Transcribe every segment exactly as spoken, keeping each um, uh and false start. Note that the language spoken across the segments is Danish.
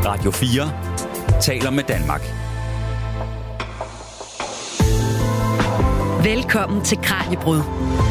Radio fire taler med Danmark. Velkommen til Kraniebrud.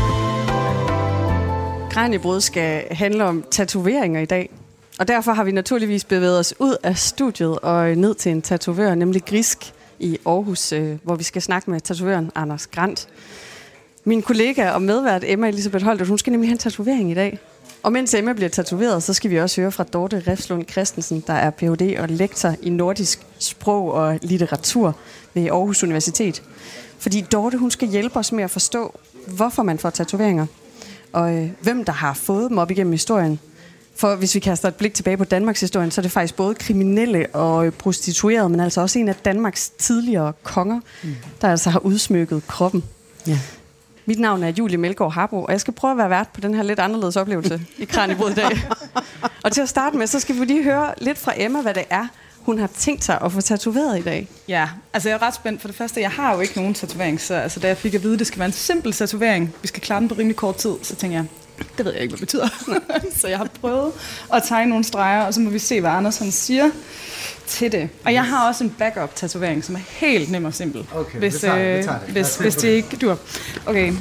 Kraniebrud skal handle om tatoveringer i dag. Og derfor har vi naturligvis bevæget os ud af studiet og ned til en tatovør, nemlig Grisk i Aarhus, hvor vi skal snakke med tatovøren Anders Grant. Min kollega og medvært Emma Elisabeth Holtet, hun skal nemlig have en tatovering i dag. Og mens Emma bliver tatoveret, så skal vi også høre fra Dorte Refslund Christensen, der er P H D og lektor i nordisk sprog og litteratur ved Aarhus Universitet. Fordi Dorte, hun skal hjælpe os med at forstå, hvorfor man får tatoveringer, og øh, hvem der har fået dem op igennem historien. For hvis vi kaster et blik tilbage på Danmarks historien, så er det faktisk både kriminelle og prostituerede, men altså også en af Danmarks tidligere konger, mm. der altså har udsmykket kroppen. Ja. Mit navn er Julie Melgaard Harbo, og jeg skal prøve at være vært på den her lidt anderledes oplevelse i Kraniebrud i dag. Og til at starte med, så skal vi lige høre lidt fra Emma, hvad det er, hun har tænkt sig at få tatoveret i dag. Ja, altså jeg er ret spændt. For det første, jeg har jo ikke nogen tatovering, så altså, da jeg fik at vide, at det skal være en simpel tatovering, vi skal klare den på rimelig kort tid, så tænkte jeg, det ved jeg ikke, hvad det betyder. Så jeg har prøvet at tegne nogle streger, og så må vi se, hvad Anders han siger til det. Og jeg har også en backup-tatovering, som er helt nem og simpel. Okay, hvis, det tager, øh, det tager det. Hvis, hvis det ikke dur. Okay.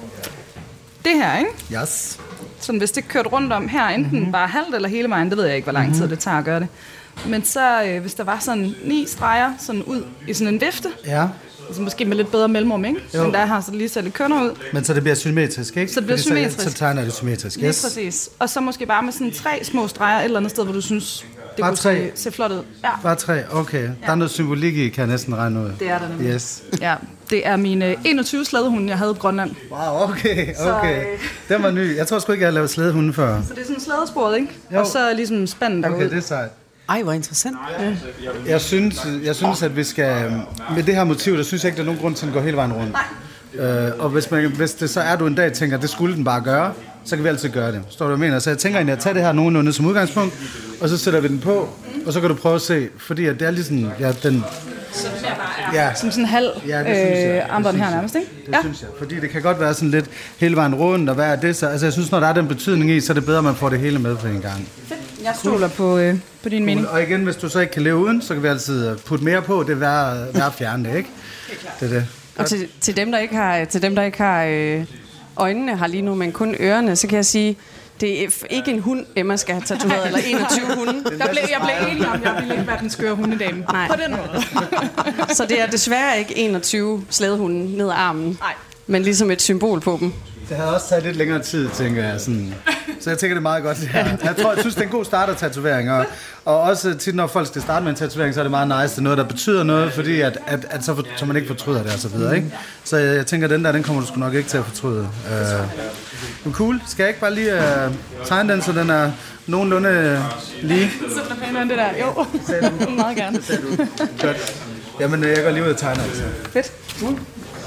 Det her, ikke? Yes. Sådan, hvis det kørte rundt om her, enten mm-hmm. bare halvt eller hele vejen, det ved jeg ikke, hvor lang tid mm-hmm. det tager at gøre det. Men så, øh, hvis der var sådan ni streger sådan ud i sådan en vifte, ja. Altså måske med lidt bedre mellemrum, ikke? Men der har så lige så lidt kønner ud. Men så det bliver symmetrisk, ikke? Så det bliver Fordi symmetrisk. Så, så tegner det symmetrisk, yes. Yes. Præcis. Og så måske bare med sådan tre små streger et eller andet sted, hvor du synes, det bare kunne se, se flot ud. Ja. Bare tre, okay. Ja. Der er noget symbolik i, kan jeg næsten regne ud. Det er der nemlig. Yes. Ja, det er mine enogtyve slædehunde, jeg havde i Grønland. Wow, okay, okay. Så, øh... Den var ny. Jeg tror sgu ikke, jeg har lavet slædehunde før. Så det er sådan slædesporet, ikke? Jo. Og så ligesom spanden, der okay, går ud. Okay, det er sejt. Ej, hvor interessant. Ja. Jeg synes, jeg synes, at vi skal... Med det her motiv, der synes jeg ikke, der er nogen grund til at gå hele vejen rundt. Nej. Øh, og hvis, man, hvis det så er, du en dag tænker, at det skulle den bare gøre, så kan vi altid gøre det. Står du og mener? Så jeg tænker egentlig at tage det her nogenlunde som udgangspunkt, og så sætter vi den på, og så kan du prøve at se, fordi at det er ligesom... Ja, den, så det bare er ja. Som sådan en halv ja, øh, armbånd her nærmest, ikke? Det ja. synes jeg. Fordi det kan godt være sådan lidt hele vejen rundt, og hvad er det så? Altså jeg synes, når der er den betydning i, så er det bedre, at man får det hele med på en gang. Jeg stoler på, øh, på din mening. Og igen, hvis du så ikke kan leve uden, så kan vi altid putte mere på. Det er værd at fjerne det, ikke? Det er det. Og til, til dem, der ikke har, til dem, der ikke har øh, øjnene har lige nu, men kun ørerne, så kan jeg sige, det er ikke en hund, Emma skal have tatoveret, eller enogtyve hunde. Der blev, jeg blev enig om, jeg ville ikke være den skøre hundedame. Nej. På den måde. Så det er desværre ikke enogtyve slædehunde ned ad armen, nej. Men ligesom et symbol på dem. Det havde også taget lidt længere tid, tænker jeg. Sådan. Så jeg tænker, det er meget godt. Ja. Jeg tror, jeg synes, det er en god starter-tatovering. Og, og også tit, når folk skal starte med en tatovering, så er det meget nice. Det er noget, der betyder noget, fordi at, at, at så, for, så man ikke fortryder det og så videre. Ikke? Så jeg, jeg tænker, den der, den kommer du sgu nok ikke til at fortryde. Uh, men cool. Skal jeg ikke bare lige uh, tegne den, så den er nogenlunde lige? Så er pænere end det der. Jo, meget gerne. Godt. Jamen, jeg går lige ud og tegner. Altså. Fedt. Cool.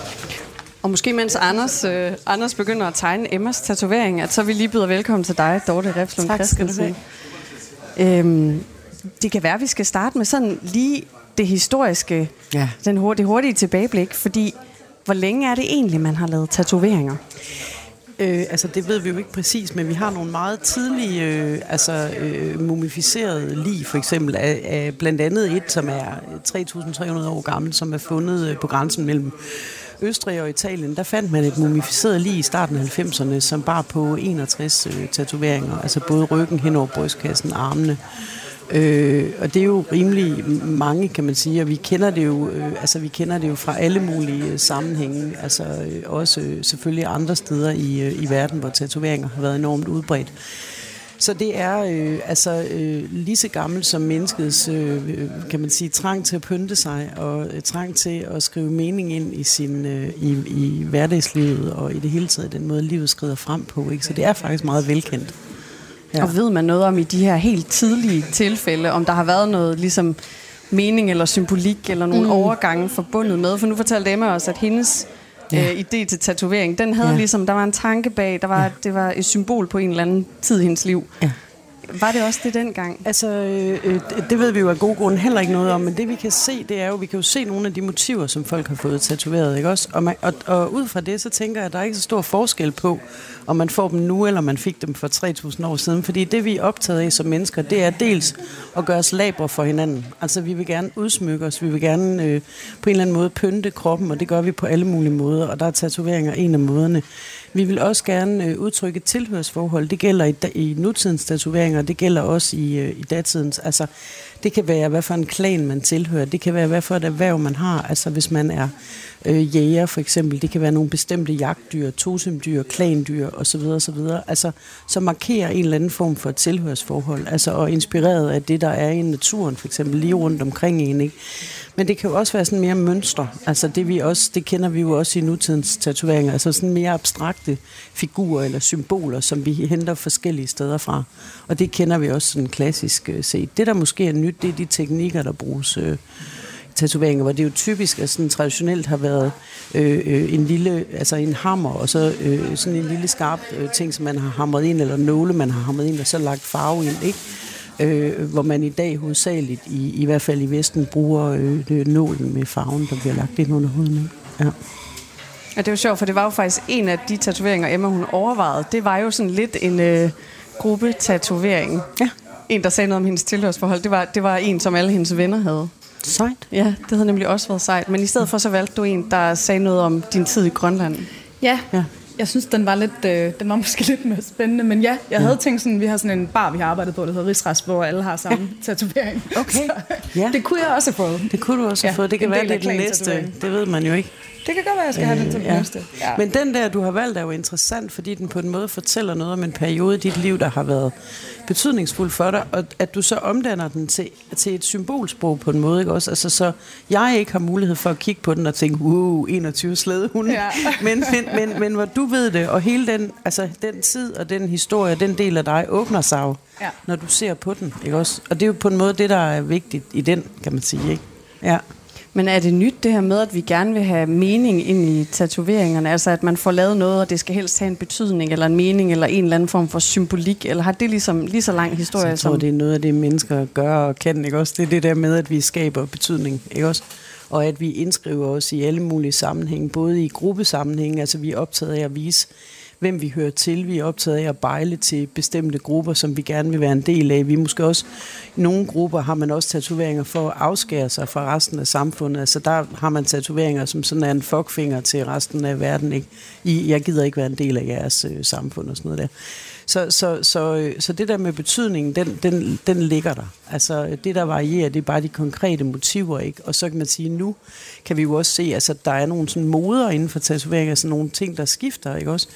Og måske mens Anders, øh, Anders begynder at tegne Emmas tatovering, at så vi lige byder velkommen til dig, Dorte Refslund Christensen. Øhm, det kan være, at vi skal starte med sådan lige det historiske, ja. den hurtige, det hurtige tilbageblik, fordi hvor længe er det egentlig, man har lavet tatoveringer? Øh, altså det ved vi jo ikke præcis, men vi har nogle meget tidlige øh, altså, øh, mumificerede lig, for eksempel af, af blandt andet et, som er tre tusind tre hundrede år gammelt, som er fundet øh, på grænsen mellem Østrig og Italien. Der fandt man et mumificeret lig i starten af halvfemserne, som bar på enogtres øh, tatoveringer, altså både ryggen hen over brystkassen, armene. Øh, og det er jo rimelig mange, kan man sige, og vi kender det jo, øh, altså vi kender det jo fra alle mulige øh, sammenhænge, altså øh, også øh, selvfølgelig andre steder i, øh, i verden, hvor tatoveringer har været enormt udbredt. Så det er øh, altså øh, lige så gammelt som menneskets, øh, kan man sige, trang til at pynte sig og øh, trang til at skrive mening ind i sin øh, i, i hverdagslivet og i det hele taget den måde livet skrider frem på, ikke? Så det er faktisk meget velkendt. Ja. Og ved man noget om i de her helt tidlige tilfælde, om der har været noget ligesom mening eller symbolik eller nogle mm. overgange forbundet med? For nu fortalte Emma også, at hendes ja. øh, idé til tatovering, den havde ja. ligesom, der var en tanke bag, der var, ja. det var et symbol på en eller anden tid i hendes liv. Ja. Var det også det dengang? Altså, øh, det ved vi jo af gode grunde heller ikke noget om, men det vi kan se, det er jo, vi kan jo se nogle af de motiver, som folk har fået tatoveret, ikke også? Og, man, og, og ud fra det, så tænker jeg, at der er ikke så stor forskel på, om man får dem nu, eller man fik dem for tre tusind år siden. Fordi det, vi er optaget af som mennesker, det er dels at gøre os labre for hinanden. Altså, vi vil gerne udsmykke os, vi vil gerne øh, på en eller anden måde pynte kroppen, og det gør vi på alle mulige måder, og der er tatoveringer en af måderne. Vi vil også gerne øh, udtrykke tilhørsforhold. Det gælder i, i nutidens tatoveringer, det gælder også i, øh, i datidens. Altså, det kan være, hvad for en klan man tilhører. Det kan være, hvad for et erhverv man har. Altså, hvis man er øh, jæger, for eksempel. Det kan være nogle bestemte jagtdyr, totemdyr, klandyr osv. osv. Altså, så markerer en eller anden form for et tilhørsforhold. Altså, og inspireret af det, der er i naturen, for eksempel lige rundt omkring en, ikke? Men det kan jo også være sådan mere mønstre. Altså, det, vi også, det kender vi jo også i nutidens tatoveringer. Altså, sådan mere abstrakte figurer eller symboler, som vi henter forskellige steder fra. Og det kender vi også sådan klassisk øh, set. Det, der måske er nyt, det er de teknikker, der bruges øh, i tatoveringer, hvor det jo typisk altså, sådan, traditionelt har været øh, øh, en lille, altså en hammer, og så øh, sådan en lille skarp øh, ting, som man har hamret ind, eller nåle, man har hamret ind, og så lagt farve ind, ikke? Øh, hvor man i dag hovedsageligt, i, i hvert fald i Vesten, bruger øh, nålen med farven, der bliver lagt ind under huden. Ja. Og det var sjovt, for det var jo faktisk en af de tatoveringer, Emma hun overvejede. Det var jo sådan lidt en øh, gruppetatovering. Ja. En, der sagde noget om hendes tilhørsforhold. Det var, det var en, som alle hendes venner havde. Sejt. Ja, det havde nemlig også været sejt. Men i stedet for, så valgte du en, der sagde noget om din tid i Grønland. Ja, ja. Jeg synes, den var lidt, øh, den var måske lidt mere spændende, men ja, jeg ja. havde tænkt sådan, vi har sådan en bar, vi har arbejdet på, der hedder Rigsrest, hvor alle har samme ja. tatovering. Okay. Så, ja. Det kunne jeg også have fået. Det kunne du også have ja, fået. Det kan være, det er den næste. Det ved man jo ikke. Det kan godt være, jeg skal have den til den ja. næste. Ja. Men den der, du har valgt, er jo interessant, fordi den på en måde fortæller noget om en periode i dit liv, der har været betydningsfuld for dig, og at du så omdanner den til, til et symbolsprog på en måde, ikke også? Altså, så jeg ikke har mulighed for at kigge på den og tænke, wow, enogtyve slædehunde, ja. men, men, men, men hvor du ved det, og hele den, altså, den tid og den historie, den del af dig, åbner sig jo, ja. når du ser på den, ikke også? Og det er jo på en måde det, der er vigtigt i den, kan man sige, ikke? Ja. Men er det nyt det her med, at vi gerne vil have mening ind i tatoveringerne? Altså at man får lavet noget, og det skal helst have en betydning, eller en mening, eller en eller anden form for symbolik? Eller har det ligesom lige så lang historie? Så jeg tror, som det er noget af det, mennesker gør og kan, ikke også? Det er det der med, at vi skaber betydning, ikke også? Og at vi indskriver os i alle mulige sammenhænge, både i gruppesammenhænge, altså vi er optaget af at vise, hvem vi hører til. Vi er optaget af at bejle til bestemte grupper, som vi gerne vil være en del af. Vi er måske også, i nogle grupper har man også tatoveringer for at afskære sig fra resten af samfundet. Altså der har man tatoveringer, som sådan er en fuckfinger til resten af verden. Ikke? I, jeg gider ikke være en del af jeres øh, samfund og sådan noget der. Så, så, så, så det der med betydningen, den, den, den ligger der. Altså det, der varierer, det er bare de konkrete motiver, ikke? Og så kan man sige, nu kan vi jo også se, altså der er nogle sådan moder inden for tatoveringer, altså nogle ting, der skifter, ikke også?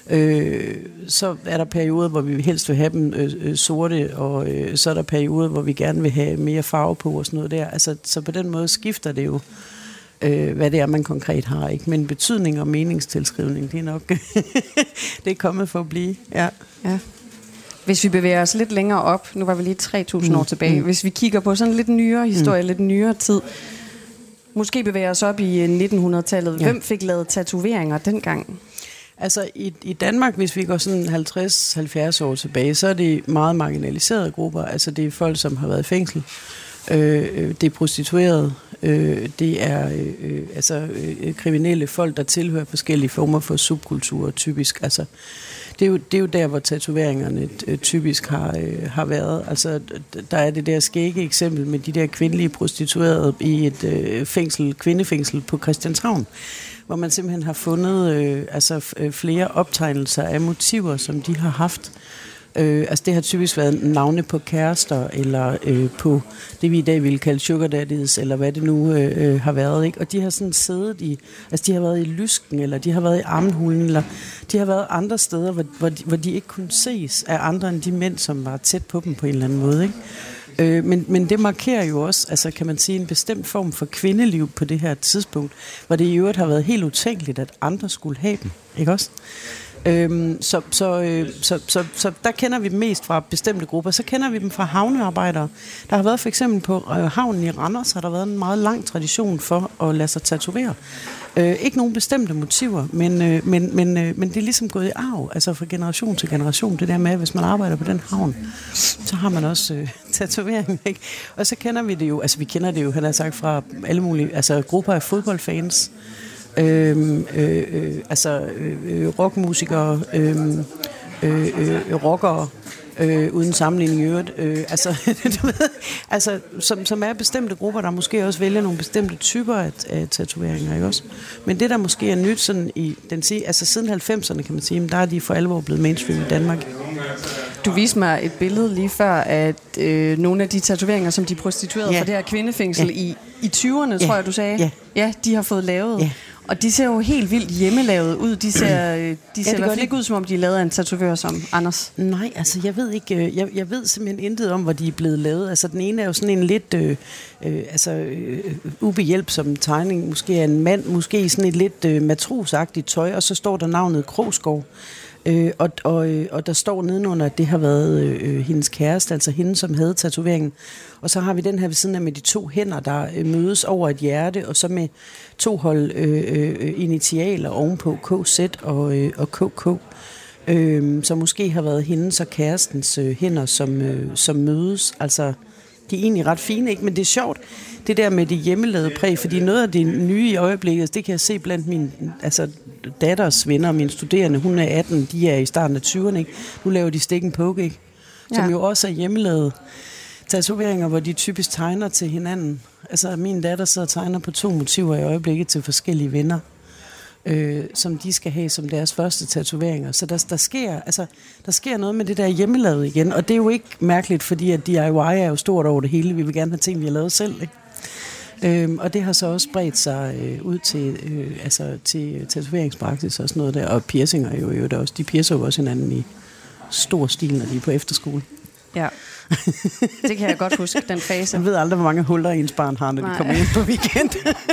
Øh, så er der perioder, hvor vi helst vil have dem øh, øh, sorte, og øh, så er der perioder, hvor vi gerne vil have mere farve på og sådan noget der. Altså, så på den måde skifter det jo, øh, hvad det er, man konkret har, ikke? Men betydning og meningstilskrivning, det er nok det er kommet for at blive. Ja. Ja. Hvis vi bevæger os lidt længere op, nu var vi lige tre tusind mm. år tilbage, mm. hvis vi kigger på sådan lidt nyere historie, mm. lidt nyere tid, måske bevæger os op i nitten hundrede-tallet. Ja. Hvem fik lavet tatoveringer dengang? Altså i, i Danmark, hvis vi går sådan halvtreds til halvfjerds år tilbage, så er det meget marginaliserede grupper. Altså det er folk, som har været i fængsel. Øh, det er prostituerede. Øh, det er øh, altså øh, kriminelle folk, der tilhører forskellige former for subkulturer typisk. Altså det er jo, det er jo der, hvor tatoveringerne øh, typisk har, øh, har været. Altså der er det der skægge eksempel med de der kvindelige prostituerede i et øh, fængsel, kvindefængsel på Christianshavn, hvor man simpelthen har fundet øh, altså, øh, flere optegnelser af motiver, som de har haft. Øh, altså det har typisk været navne på kærester, eller øh, på det, vi i dag ville kalde sugar daddies, eller hvad det nu øh, har været, ikke? Og de har sådan siddet i, altså de har været i lysken, eller de har været i armhulen, eller de har været andre steder, hvor, hvor, de, hvor de ikke kunne ses af andre end de mænd, som var tæt på dem på en eller anden måde, ikke? Øh, men, men det markerer jo også, altså kan man sige, en bestemt form for kvindeliv på det her tidspunkt, hvor det i øvrigt har været helt utænkeligt, at andre skulle have dem, ikke også? Øhm, så, så, øh, så, så, så der kender vi dem mest fra bestemte grupper. Så kender vi dem fra havnearbejdere. Der har været for eksempel på øh, havnen i Randers, har der været en meget lang tradition for at lade sig tatovere. Øh, ikke nogen bestemte motiver, men, øh, men, men, øh, men det er ligesom gået i arv, altså fra generation til generation. Det der med, at hvis man arbejder på den havn, så har man også øh, tatovering, ikke? Og så kender vi det jo, altså vi kender det jo, han har sagt, fra alle mulige, altså grupper af fodboldfans, øh, øh, øh, altså øh, rockmusikere, øh, øh, øh, rockere, Øh, uden sammenligning i øvrigt, øh, altså, du ved, altså som, som er bestemte grupper, der måske også vælger nogle bestemte typer af, af tatoveringer, ikke også? Men det, der måske er nyt sådan i den sige, altså siden halvfemserne, kan man sige, der er de for alvor blevet mainstream i Danmark. Du viste mig et billede lige før, at øh, nogle af de tatoveringer, som de prostituerede ja. fra det her kvindefængsel ja. i, i tyverne, ja. tror jeg, du sagde. Ja. ja, de har fået lavet. Ja. Og de ser jo helt vildt hjemmelavet ud. De ser, de ja, ser i hvert fald ikke ud, som om de er lavet af en tatovør som Anders. Nej, altså jeg ved ikke, jeg, jeg ved simpelthen intet om, hvor de er blevet lavet. Altså den ene er jo sådan en lidt øh, øh, altså, øh, ubehjælpsom tegning. Måske er en mand, måske sådan et lidt øh, matrosagtigt tøj, og så står der navnet Krogsgaard. Øh, og, og, og der står nedenunder, at det har været øh, hendes kæreste, altså hende, som havde tatoveringen. Og så har vi den her ved siden af med de to hænder, der øh, mødes over et hjerte, og så med to hold øh, øh, initialer ovenpå K Z og, øh, og K K. Øh, så måske har været hendes og kærestens øh, hænder, som, øh, som mødes. Altså, de er egentlig ret fine, ikke? Men det er sjovt, det der med det hjemmelavede præg, fordi noget af det nye i øjeblikket, det kan jeg se blandt mine altså, datters venner, mine studerende, hun er atten, de er i starten af tyverne, ikke? Nu laver de stick and poke, ikke? Som ja. jo også er hjemmelavede tatoveringer, hvor de typisk tegner til hinanden. Altså, min datter sidder og tegner på to motiver i øjeblikket til forskellige venner, øh, som de skal have som deres første tatoveringer. Så der, der, sker, altså, der sker noget med det der hjemmelavet igen, og det er jo ikke mærkeligt, fordi at D I Y er jo stort over det hele. Vi vil gerne have ting, vi har lavet selv, ikke? Øhm, og det har så også spredt sig øh, ud til, øh, altså, til tatoveringspraksis og sådan noget der, og piercinger jo, jo der også. De piercer jo også hinanden i stor stil, når de er på efterskole. Ja, det kan jeg godt huske, den fase. Jeg ved aldrig, hvor mange huller ens barn har, når Nej. de kommer ind på weekend.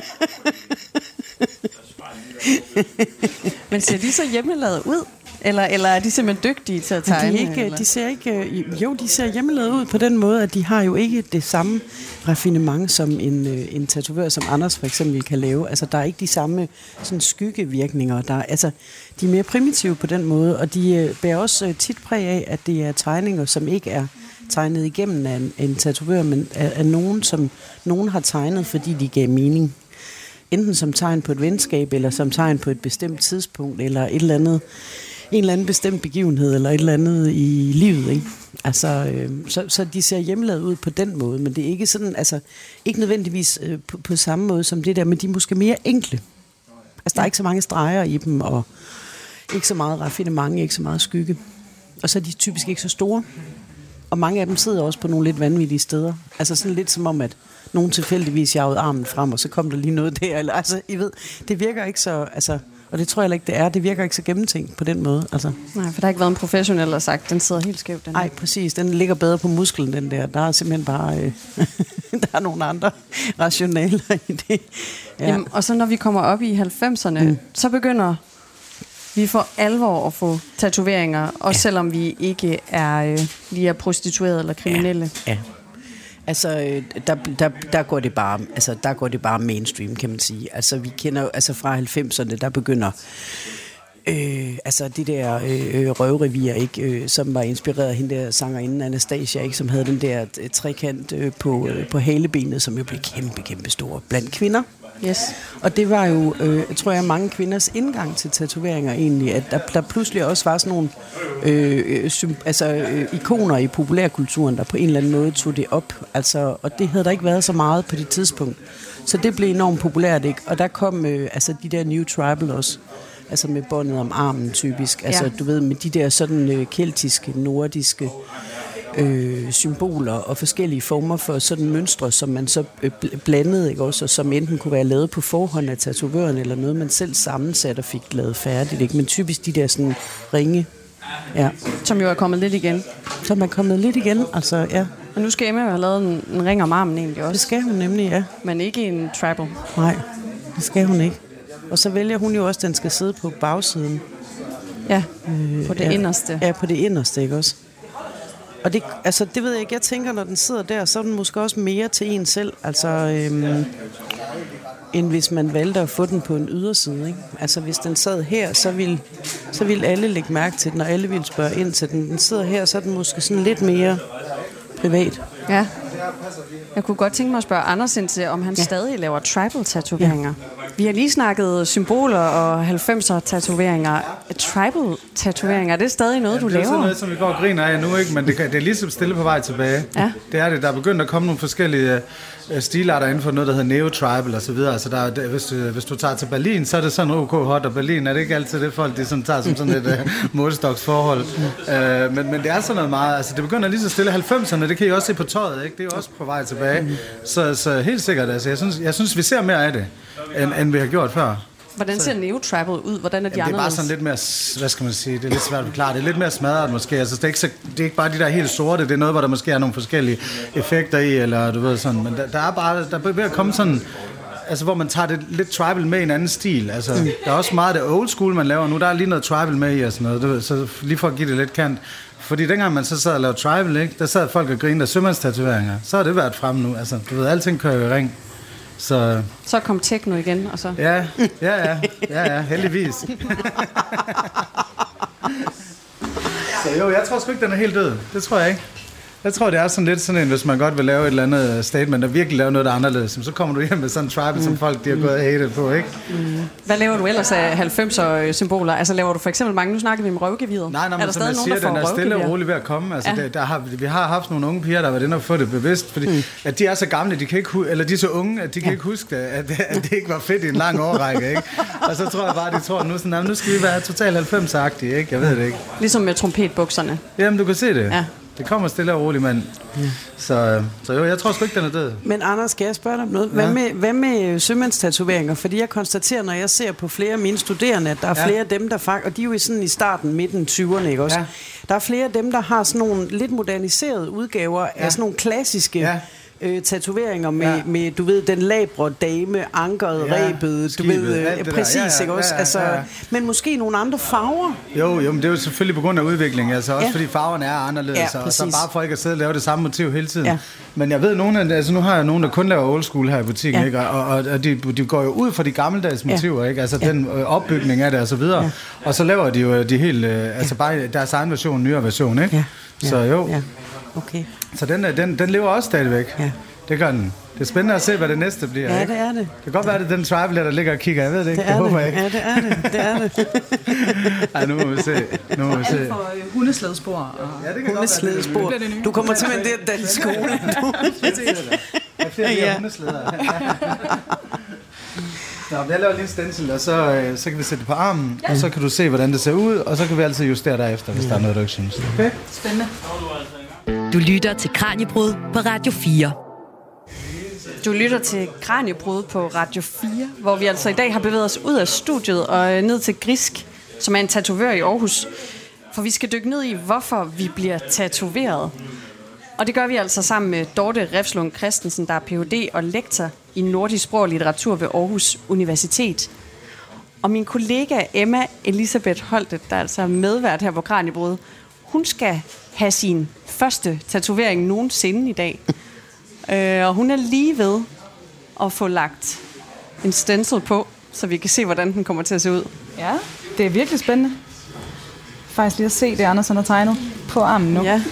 Men ser de så hjemmelavet ud? Eller, eller er de simpelthen dygtige til at tegne? De, ikke, de ser ikke, jo, de ser hjemmelavet ud på den måde, at de har jo ikke det samme raffinement som en, en tatovør, som Anders for eksempel kan lave. Altså, der er ikke de samme sådan, skyggevirkninger. Der, altså, de er mere primitive på den måde, og de bærer også tit præg af, at det er tegninger, som ikke er tegnet igennem af en, en tatovør, men af, af nogen, som nogen har tegnet, fordi de gav mening. Enten som tegn på et venskab, eller som tegn på et bestemt tidspunkt, eller et eller andet, en eller anden bestemt begivenhed, eller et eller andet i livet, ikke? Altså, øh, så, så de ser hjemmelavet ud på den måde, men det er ikke sådan, altså, ikke nødvendigvis øh, på, på samme måde som det der, men de er måske mere enkle. Altså, der er ikke så mange streger i dem, og ikke så meget raffinement, ikke så meget skygge. Og så er de typisk ikke så store. Og mange af dem sidder også på nogle lidt vanvittige steder. Altså sådan lidt som om, at nogen tilfældigvis jagede armen frem, og så kom der lige noget der. Eller, altså, I ved, det virker ikke så, altså, og det tror jeg heller ikke, det er. Det virker ikke så gennemtænkt på den måde. Altså. Nej, for der har ikke været en professionel, der har sagt, den sidder helt skævt. Nej, præcis. Den ligger bedre på musklen, den der. Der er simpelthen bare, øh, der er nogle andre rationaler i det. Ja. Jamen, og så når vi kommer op i halvfemserne, mm. så begynder vi for alvor at få tatoveringer, også ja. selvom vi ikke er øh, lige er prostituerede eller kriminelle. Ja. ja. Altså, der, der, der, går det bare, altså, der går det bare mainstream, kan man sige. Altså, vi kender jo, altså fra halvfemserne, der begynder øh, altså det der øh, røvrevir, ikke, øh, som var inspireret af hende der sangerinde Anastasia, ikke, som havde den der øh, trekant øh, på, øh, på halebenet, som jo blev kæmpe, kæmpe stor blandt kvinder. Yes. Og det var jo, øh, tror jeg, mange kvinders indgang til tatoveringer egentlig, at der, der pludselig også var sådan nogle øh, sym, altså, øh, ikoner i populærkulturen, der på en eller anden måde tog det op. Altså, og det havde der ikke været så meget på det tidspunkt. Så det blev enormt populært, ikke? Og der kom øh, altså, de der New Tribal også, altså med båndet om armen typisk. Altså, ja. Du ved, med de der sådan øh, keltiske, nordiske Øh, symboler og forskellige former for sådan mønstre, som man så øh, blandede, ikke også, og som enten kunne være lavet på forhånd af tatovøren, eller noget, man selv sammensatte og fik lavet færdigt, ikke? Men typisk de der sådan ringe, ja. Som jo er kommet lidt igen. Som er kommet lidt igen, altså, ja. Og nu skal Emma jo have lavet en, en ring om armen egentlig også. Det skal hun nemlig, ja. Men ikke en tribal. Nej, det skal hun ikke. Og så vælger hun jo også, at den skal sidde på bagsiden. Ja, på det ja, inderste. Ja, på det inderste, ikke også? Og det, altså, det ved jeg ikke. Jeg tænker, når den sidder der, så er den måske også mere til en selv. Altså, øhm, end hvis man valgte at få den på en yderside, ikke? Altså, hvis den sad her, så ville, så ville alle lægge mærke til den, og alle ville spørge ind til den. Den sidder her, så er den måske sådan lidt mere privat. Ja. Jeg kunne godt tænke mig at spørge Anders ind til, om han ja. stadig laver tribal-tatoveringer. Ja. Vi har lige snakket symboler og halvfemser-tatoveringer. Tribal-tatoveringer, er det stadig noget, ja, du laver? Det er sådan noget, som vi går og griner af nu, ikke? Men det, det er ligesom stille på vej tilbage. Ja. Det er det. Der er begyndt at komme nogle forskellige uh, stilarter inden for noget, der hedder neo-tribal og så videre. Altså der, der, hvis, du, hvis du tager til Berlin, så er det sådan OK hot, og Berlin er det ikke altid det folk, de sådan tager som sådan et uh, målestoksforhold. Uh, men, men det er sådan noget meget, altså det begynder lige så stille. halvfemserne, det kan I også se på tøjet, ikke? Det er jo også på vej tilbage. Mm. Så, så helt sikkert, altså jeg synes, jeg synes, vi ser mere af det, end, end vi har gjort før. Hvordan ser neo-tribal ud? Hvordan er de Jamen, anderledes? Det er bare sådan lidt mere, hvad skal man sige, det er lidt svært at forklare. Det er lidt mere smadret måske. Altså, det, er ikke så, det er ikke bare de der helt sorte, det er noget, hvor der måske er nogle forskellige effekter i, eller du ved sådan. Men der, der er bare, der er ved at komme sådan, altså hvor man tager det lidt tribal med i en anden stil. Altså, mm. der er også meget af det old school, man laver nu. Der er lige noget tribal med i og sådan noget. Du ved, så lige for at give det lidt kant. Fordi dengang man så sad og lavede tribal, ikke, der sad folk og grinede af sømandstatoveringer. Så har det været fremme nu. Altså, du ved, alting kører i ring. Så, så kom techno igen, og så... Ja, ja, ja, ja, ja, heldigvis. Så jo, jeg tror sgu ikke, den er helt død. Det tror jeg ikke. Jeg tror, det er sådan lidt sådan en, hvis man godt vil lave et eller andet statement, og virkelig lave noget, der er anderledes, så kommer du hjem med sådan en tribal, mm. som folk de har gået og hated på, ikke? Mm. Hvad laver du ellers af halvfemser-symboler? Altså laver du for eksempel mange, nu snakker vi om røvgeviret. Nej, nej, men som jeg siger, den er stille og rolig ved at komme. Altså, ja. der, der har, vi har haft nogle unge piger, der har været inde og få det bevidst, fordi mm. at de er så gamle, de kan ikke, eller de er så unge, at de ja. kan ikke huske, at, at det ikke var fedt i en lang årrække, ikke? Og så tror jeg bare, de tror, nu, sådan, nu skal vi være totalt halvfemser-agtige, ikke? Jeg ved det ikke. Ligesom med trompetbukserne. Jamen, du kan se det. Ja. Det kommer stille og roligt, mand. Ja. Så, så jo, jeg tror sgu ikke, den er død. Men Anders, skal jeg spørge dig om noget? Hvad, ja. med, hvad med sømandstatoveringer? Fordi jeg konstaterer, når jeg ser på flere af mine studerende, at der er ja. flere af dem, der faktisk... Og de er jo sådan i starten, midten tyverne, ikke også? Ja. Der er flere af dem, der har sådan nogle lidt moderniserede udgaver ja. af sådan nogle klassiske... Ja. Øh, tatoveringer med, ja. med, du ved, den labre dame, ankeret, ja, rebet, du ved, øh, præcis, ja, ja, ikke også? Ja, ja, altså, ja. Men måske nogle andre farver? Jo, jo, men det er jo selvfølgelig på grund af udviklingen, altså også ja. fordi farverne er anderledes, ja, og så bare for ikke at sidde og lave det samme motiv hele tiden. Ja. Men jeg ved, nogle, altså nu har jeg nogen, der kun laver old school her i butikken, ja. ikke? Og, og, og de, de går jo ud fra de gammeldags motiver, ja. ikke? Altså ja. den øh, opbygning af det og så videre. Ja. Og så laver de jo de helt, øh, altså bare deres egen version, nyere version, ikke? Ja. Ja. Så jo. Ja. Okay. Så den, den, den lever også stadigvæk. Ja. Det gør den. Det er spændende at se, hvad det næste bliver. Ja, ikke? det er det. Det kan godt være, at det er den tribal, der ligger og kigger. Jeg ved det ikke. Det, det håber det. jeg ikke. Ja, det er det. Det er det. Ej, nu må vi se. Nu må vi se. Alt for uh, hundeslædespor. Og... Ja, det kan hundeslædespor. godt være. Du kommer til med det dansk skole. Jeg ser det der. Jeg ser de her hundeslæder. Nå, jeg laver lige en stencil, og så, øh, så kan vi sætte det på armen, ja. og så kan du se, hvordan det ser ud, og så kan vi altid justere derefter, hvis ja. der er noget, du ikke synes. Okay? Spændende. Du lytter til Kraniebrud på Radio fire. Du lytter til Kraniebrud på Radio fire, hvor vi altså i dag har bevæget os ud af studiet og ned til Grisk, som er en tatovør i Aarhus. For vi skal dykke ned i, hvorfor vi bliver tatoveret. Og det gør vi altså sammen med Dorte Refslund Christensen, der er P H D og lektor i nordisk sprog og litteratur ved Aarhus Universitet. Og min kollega Emma Elisabeth Holte, der altså er medvært her på Kraniebrud, hun skal have sin første tatovering nogensinde i dag. øh, og hun er lige ved at få lagt en stencil på, så vi kan se, hvordan den kommer til at se ud. Ja, det er virkelig spændende. Faktisk lige at se det, Anders har tegnet på armen nu. Ja.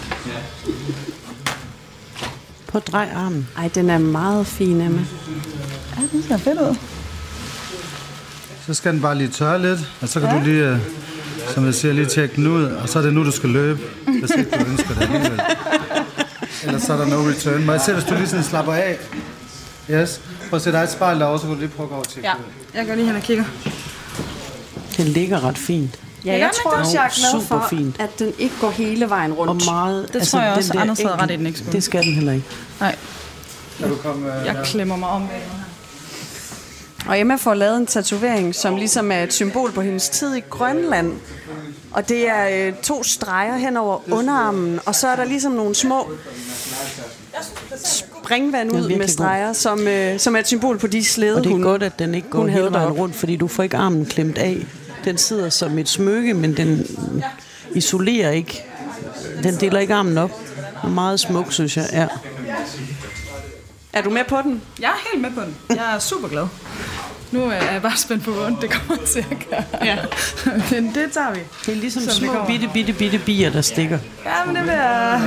På drej armen. Ej, den er meget fin, Emma. Ja, den ser fedt ud. Så skal den bare lige tørre lidt, og så kan ja. du lige, som jeg siger, lige tjekke den ud, og så er det nu, du skal løbe, hvis ikke du ønsker det alligevel. Ellers så er der no return. Må jeg se, hvis du lige sådan slapper af? Yes. Prøv at se dig et spejl derovre, så kan du lige prøve at gå over til. Ja, jeg går lige hen og kigger. Den ligger ret fint. Ja, jeg, jeg tror også, jeg er glad for, fint. at den ikke går hele vejen rundt. Og meget, det altså, tror jeg også, at Anders havde ret i den ikke skulle. Det skal den heller ikke. Nej. Kan du komme, uh, jeg klemmer mig om med Og Emma får lavet en tatovering, som ligesom er et symbol på hendes tid i Grønland. Og det er øh, to streger hen over underarmen, og så er der ligesom nogle små springvand ud med streger, som, øh, som er et symbol på de slædehunde. Og det er godt, at den ikke går hele vejen rundt, fordi du får ikke armen klemt af. Den sidder som et smykke, men den isolerer ikke. Den deler ikke armen op. Den er meget smuk, synes jeg. Ja. Er du med på den? Jeg er helt med på den. Jeg er super glad. Nu er jeg bare spændt på, hvordan det kommer til at gøre. Ja. Men det tager vi. Det er ligesom Som det små, kommer. bitte, bitte, bitte bier, der stikker. Ja, men det vil jeg...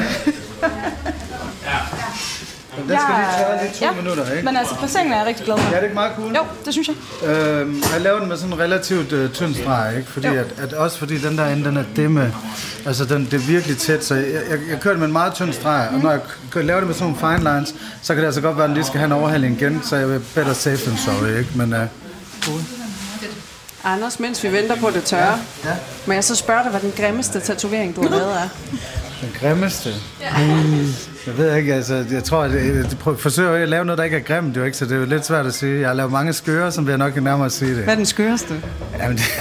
Den skal lige tørre lige to ja. minutter, ikke? Men altså, placeringen er jeg rigtig glad for. Ja, det er ikke meget cool. Jo, det synes jeg. Øhm, jeg laver den med sådan en relativt øh, tynd streg, ikke? Fordi at, at også fordi den der ende, den er dimme. Altså, den, det er virkelig tæt, så jeg, jeg, jeg kører det med en meget tynd streg. Mm. Og når jeg kører, laver det med sådan nogle fine lines, så kan det altså godt være, at den lige skal have en overhaling igen. Så jeg vil better safe than sorry, ikke? Men øh, cool. Anders, mens vi venter på det tørre, Ja. må jeg så spørge dig, hvad den grimmeste tatovering, du har lavet er? Den grimmeste? Mm. Jeg ved ikke, altså, jeg tror, at jeg, jeg forsøger at lave noget, der ikke er grimt, jo ikke? Så det er jo lidt svært at sige. Jeg har lavet mange skøre, som vil jeg nok nærmere at sige det. Hvad er den skøreste? Jamen, det...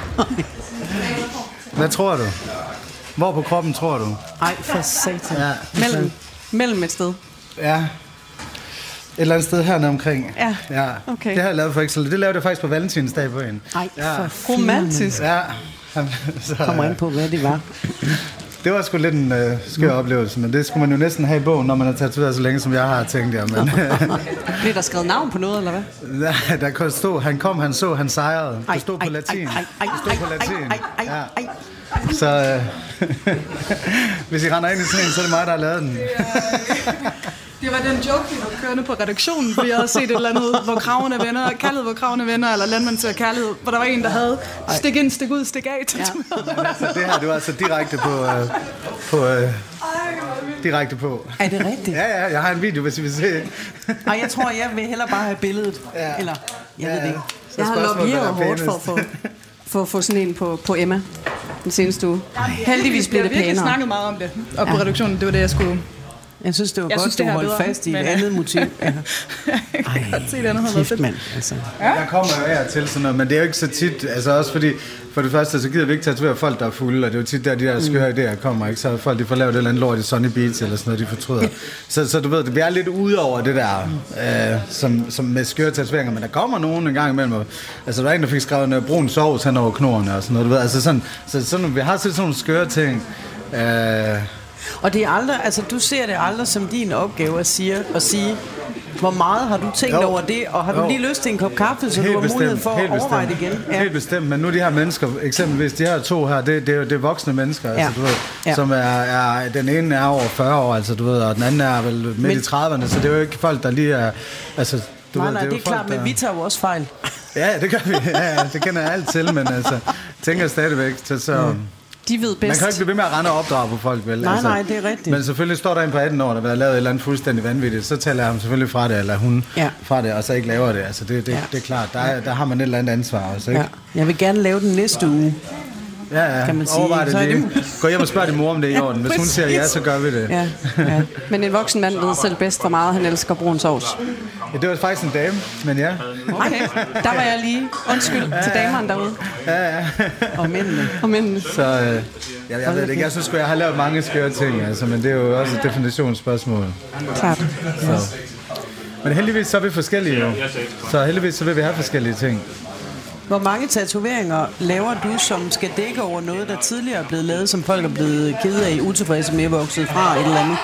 Hvad tror du? Hvor på kroppen tror du? Ej, for satan. Ja, Mellem, mellem et sted. ja. Et eller andet sted hernede omkring. Ja, Ja. okay. Det har jeg lavet for ikke så. Det lavede jeg faktisk på Valentinsdag på en. Ej, Ja. for Romantisk. Ja. Så, kommer an på, hvad det var. det var sgu lidt en øh, skør oplevelse, men det skulle man jo næsten have i bogen, når man har tatoveret så længe, som jeg har tænkt jer. Men Bliver der skrevet navn på noget, eller hvad? der, der kunne stå, han kom, han så, han sejrede. Ej, Det stod på ej, latin. ej, ej, ej, Det stod på ej, latin. ej, ej, ej, ej. Så øh, hvis I render ind i sådan en, så er det mig, der har lavet den. Det var den joke, vi var kørende på redaktionen, fordi jeg havde set et eller andet, hvor kravene venner, kærlighed, hvor kravene venner, eller landmand til kærlighed, hvor der var en, der havde stik ind, stik ud, stik af. Ja. Men altså, det her, det var altså direkte på... Øh, på øh, direkte på. Er det rigtigt? Ja, ja, jeg har en video, hvis I vil se. Ej, jeg tror, jeg vil hellere bare have billedet. Ja. Eller, jeg ved det ikke. Så Jeg har spørgsmålet, hvad der lobbyeret er hårdt for at pænest. få, for at få sådan en på, på Emma den seneste uge. Heldigvis blev det Vi har virkelig pænere. snakket meget om det, og på redaktionen, det var det, jeg skulle... Jeg synes, det var Jeg godt, synes, det du her er holdt bedre, fast i et men, andet motiv. Ja. Jeg kan godt se, det andet havde været Kæft, fedt. mand. Altså. Jeg kommer jo her til sådan noget, men det er jo ikke så tit, altså også fordi, for det første, så gider vi ikke tatovere folk, der er fulde, og det er jo tit der, de der skøre idéer kommer, ikke? Så folk, de får lavet et eller andet lort i Sunny Beach, eller sådan noget, de fortryder. Så, så du ved, vi er lidt ude over det der, øh, som, som med skøre tatoveringer, men der kommer nogen en gang imellem. Altså, der er en, der fik skrevet en brun sovs hen over knorrene, og sådan noget, du ved, altså sådan, så sådan, vi har set sådan nogle skøre ting. Øh, Og det er aldrig, altså du ser det aldrig som din opgave at sige, at sige hvor meget har du tænkt Jo. over det, og har du Jo. lige lyst til en kop kaffe, så Helt du har mulighed bestemt, for at helt overveje det bestemt. igen? Ja. Helt bestemt, men nu de her mennesker, eksempelvis de her to her, det, det, er, jo- det er voksne mennesker, Ja. altså, du ved, Ja. som er, er, den ene er over fyrre år, altså, du ved, og den anden er vel midt Men- i trediverne, så det er jo ikke folk, der lige er, altså, du Nej, ved, nej, det er, jo det er folk, klart, men der- vi tager jo også fejl. Ja, det gør vi, ja, ja, det kender jeg alt til, men altså, tænker stadigvæk, så, så Mm. De ved man bedst. kan jo ikke blive ved med at rende og opdrage på folk, vel? Nej, altså, nej, det er rigtigt. Men selvfølgelig står der en på atten år, der vil have lavet et eller andet fuldstændig vanvittigt, så taler jeg ham selvfølgelig fra det, eller hun Ja. fra det, og så ikke laver det. Altså, det, det, Ja. det er klart, der, er, der har man et eller andet ansvar også, ikke? Ja. Jeg vil gerne lave den næste uge. Ja, ja. Kan man sige. Overvej det Så er det- lige. Gå hjem og spørg din mor, om det er i orden. Hvis hun siger ja, så gør vi det. Ja, ja. Men en voksen mand ved selv bedst, hvor meget han elsker brun sovs. Ja, det var faktisk en dame, men ja. Okay, der var jeg lige. Undskyld til damerne derude. Og mændene. Og mændene. Så øh, jeg, jeg ved det ikke. Jeg synes sgu, jeg har lavet mange skøre ting, altså, men det er jo også et definitionsspørgsmål. Klart. Så. Men heldigvis så er vi forskellige jo. Så heldigvis så vil vi have forskellige ting. Hvor mange tatoveringer laver du, som skal dække over noget, der tidligere er blevet lavet, som folk er blevet kede af, utilfredse med, vokset fra et eller andet?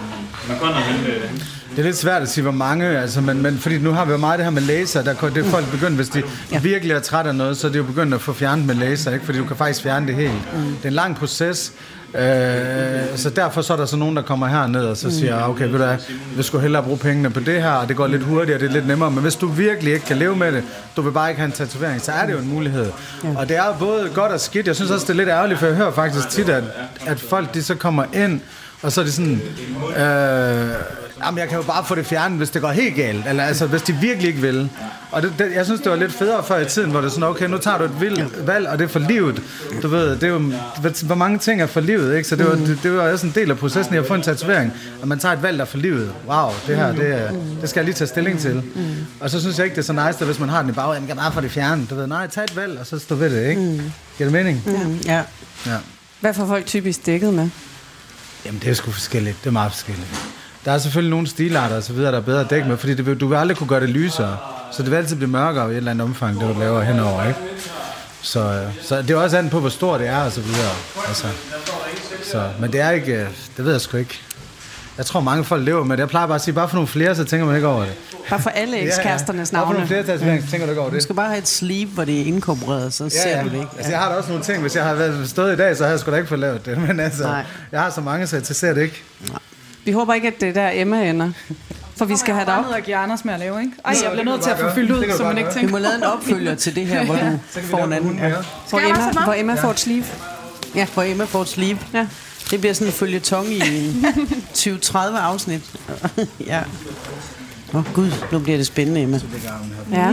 Det er lidt svært at sige, hvor mange, altså, men, men fordi nu har vi jo meget det her med laser, der det er folk begyndt, hvis de ja. virkelig er træt af noget, så er de jo begyndt at få fjernet med laser, ikke? Fordi du kan faktisk fjerne det helt. Mm. Det er en lang proces, øh, så derfor så er der så nogen, der kommer herned og så siger, okay, ved du hvad, vi skulle hellere bruge pengene på det her, og det går lidt hurtigere, det er lidt nemmere, men hvis du virkelig ikke kan leve med det, du vil bare ikke have en tatovering, så er det jo en mulighed. Ja. Og det er jo både godt og skidt. Jeg synes også, det er lidt ærgerligt, for jeg hører faktisk tit, at, at folk de så kommer ind, og så er det sådan, øh, jamen jeg kan jo bare få det fjernet, hvis det går helt galt, eller altså hvis de virkelig ikke vil. Og det, det, jeg synes, det var lidt federe før i tiden, hvor det er sådan, okay, nu tager du et vildt valg, og det er for livet. Du ved, det er jo, hvor mange ting er for livet, ikke? Så det var, det, det var også en del af processen i at få en tatovering, at man tager et valg, der er for livet. Wow, det her, det, er, det skal jeg lige tage stilling til. Og så synes jeg ikke, det er så nice, at hvis man har den i bagenden, kan man bare få det fjernet. Du ved, nej, tag et valg, og så stå ved det, ikke? Giver det mening? Mm, ja. Ja. Hvad får folk typisk dækket med? Jamen, det er sgu forskelligt. Det er meget forskelligt. Der er selvfølgelig nogle stilarter og så videre, der er bedre at dække med, fordi det vil, du vil aldrig kunne gøre det lysere. Så det vil altid blive mørkere i et eller andet omfang, det du laver henover, ikke? Så, øh, så det er også andet på, hvor stort det er, og så videre. Altså, så, men det er ikke, det ved jeg sgu ikke. Jeg tror, mange folk lever med det. Jeg plejer bare at sige, bare for nogle flere, så tænker man ikke over det. Bare for alle ekskæresternes ja, ja. navne. Bare for nogle flere tatoveringer, så tænker du ikke over det. Du skal bare have et sleeve, hvor det er inkorporeret, så ja, ser ja. du det ikke. Ja. Altså, jeg har da også nogle ting. Hvis jeg havde været stået i dag, så havde jeg sgu da ikke fået lavet det. Men altså, Nej. jeg har så mange, så jeg ser det ikke. Nej. Vi håber ikke, at det der Emma ender. For vi skal have det op. Jeg giver Anders med at lave, ikke? Ej, Så jeg bliver det nødt kan til du at få bare fyldt gøre. ud, Det kan så du man bare ikke gøre. Vi tænker. må lave en opfølger til det her, hvor du får en anden. Ja. Hvor jeg Emma, rejse mig? hvor Emma får et sleeve. Ja, hvor Emma får et sleeve. Ja. Det bliver sådan en følgetong i tyve til tredive afsnit. Ja. Åh oh, gud, nu bliver det spændende, Emma. Ja.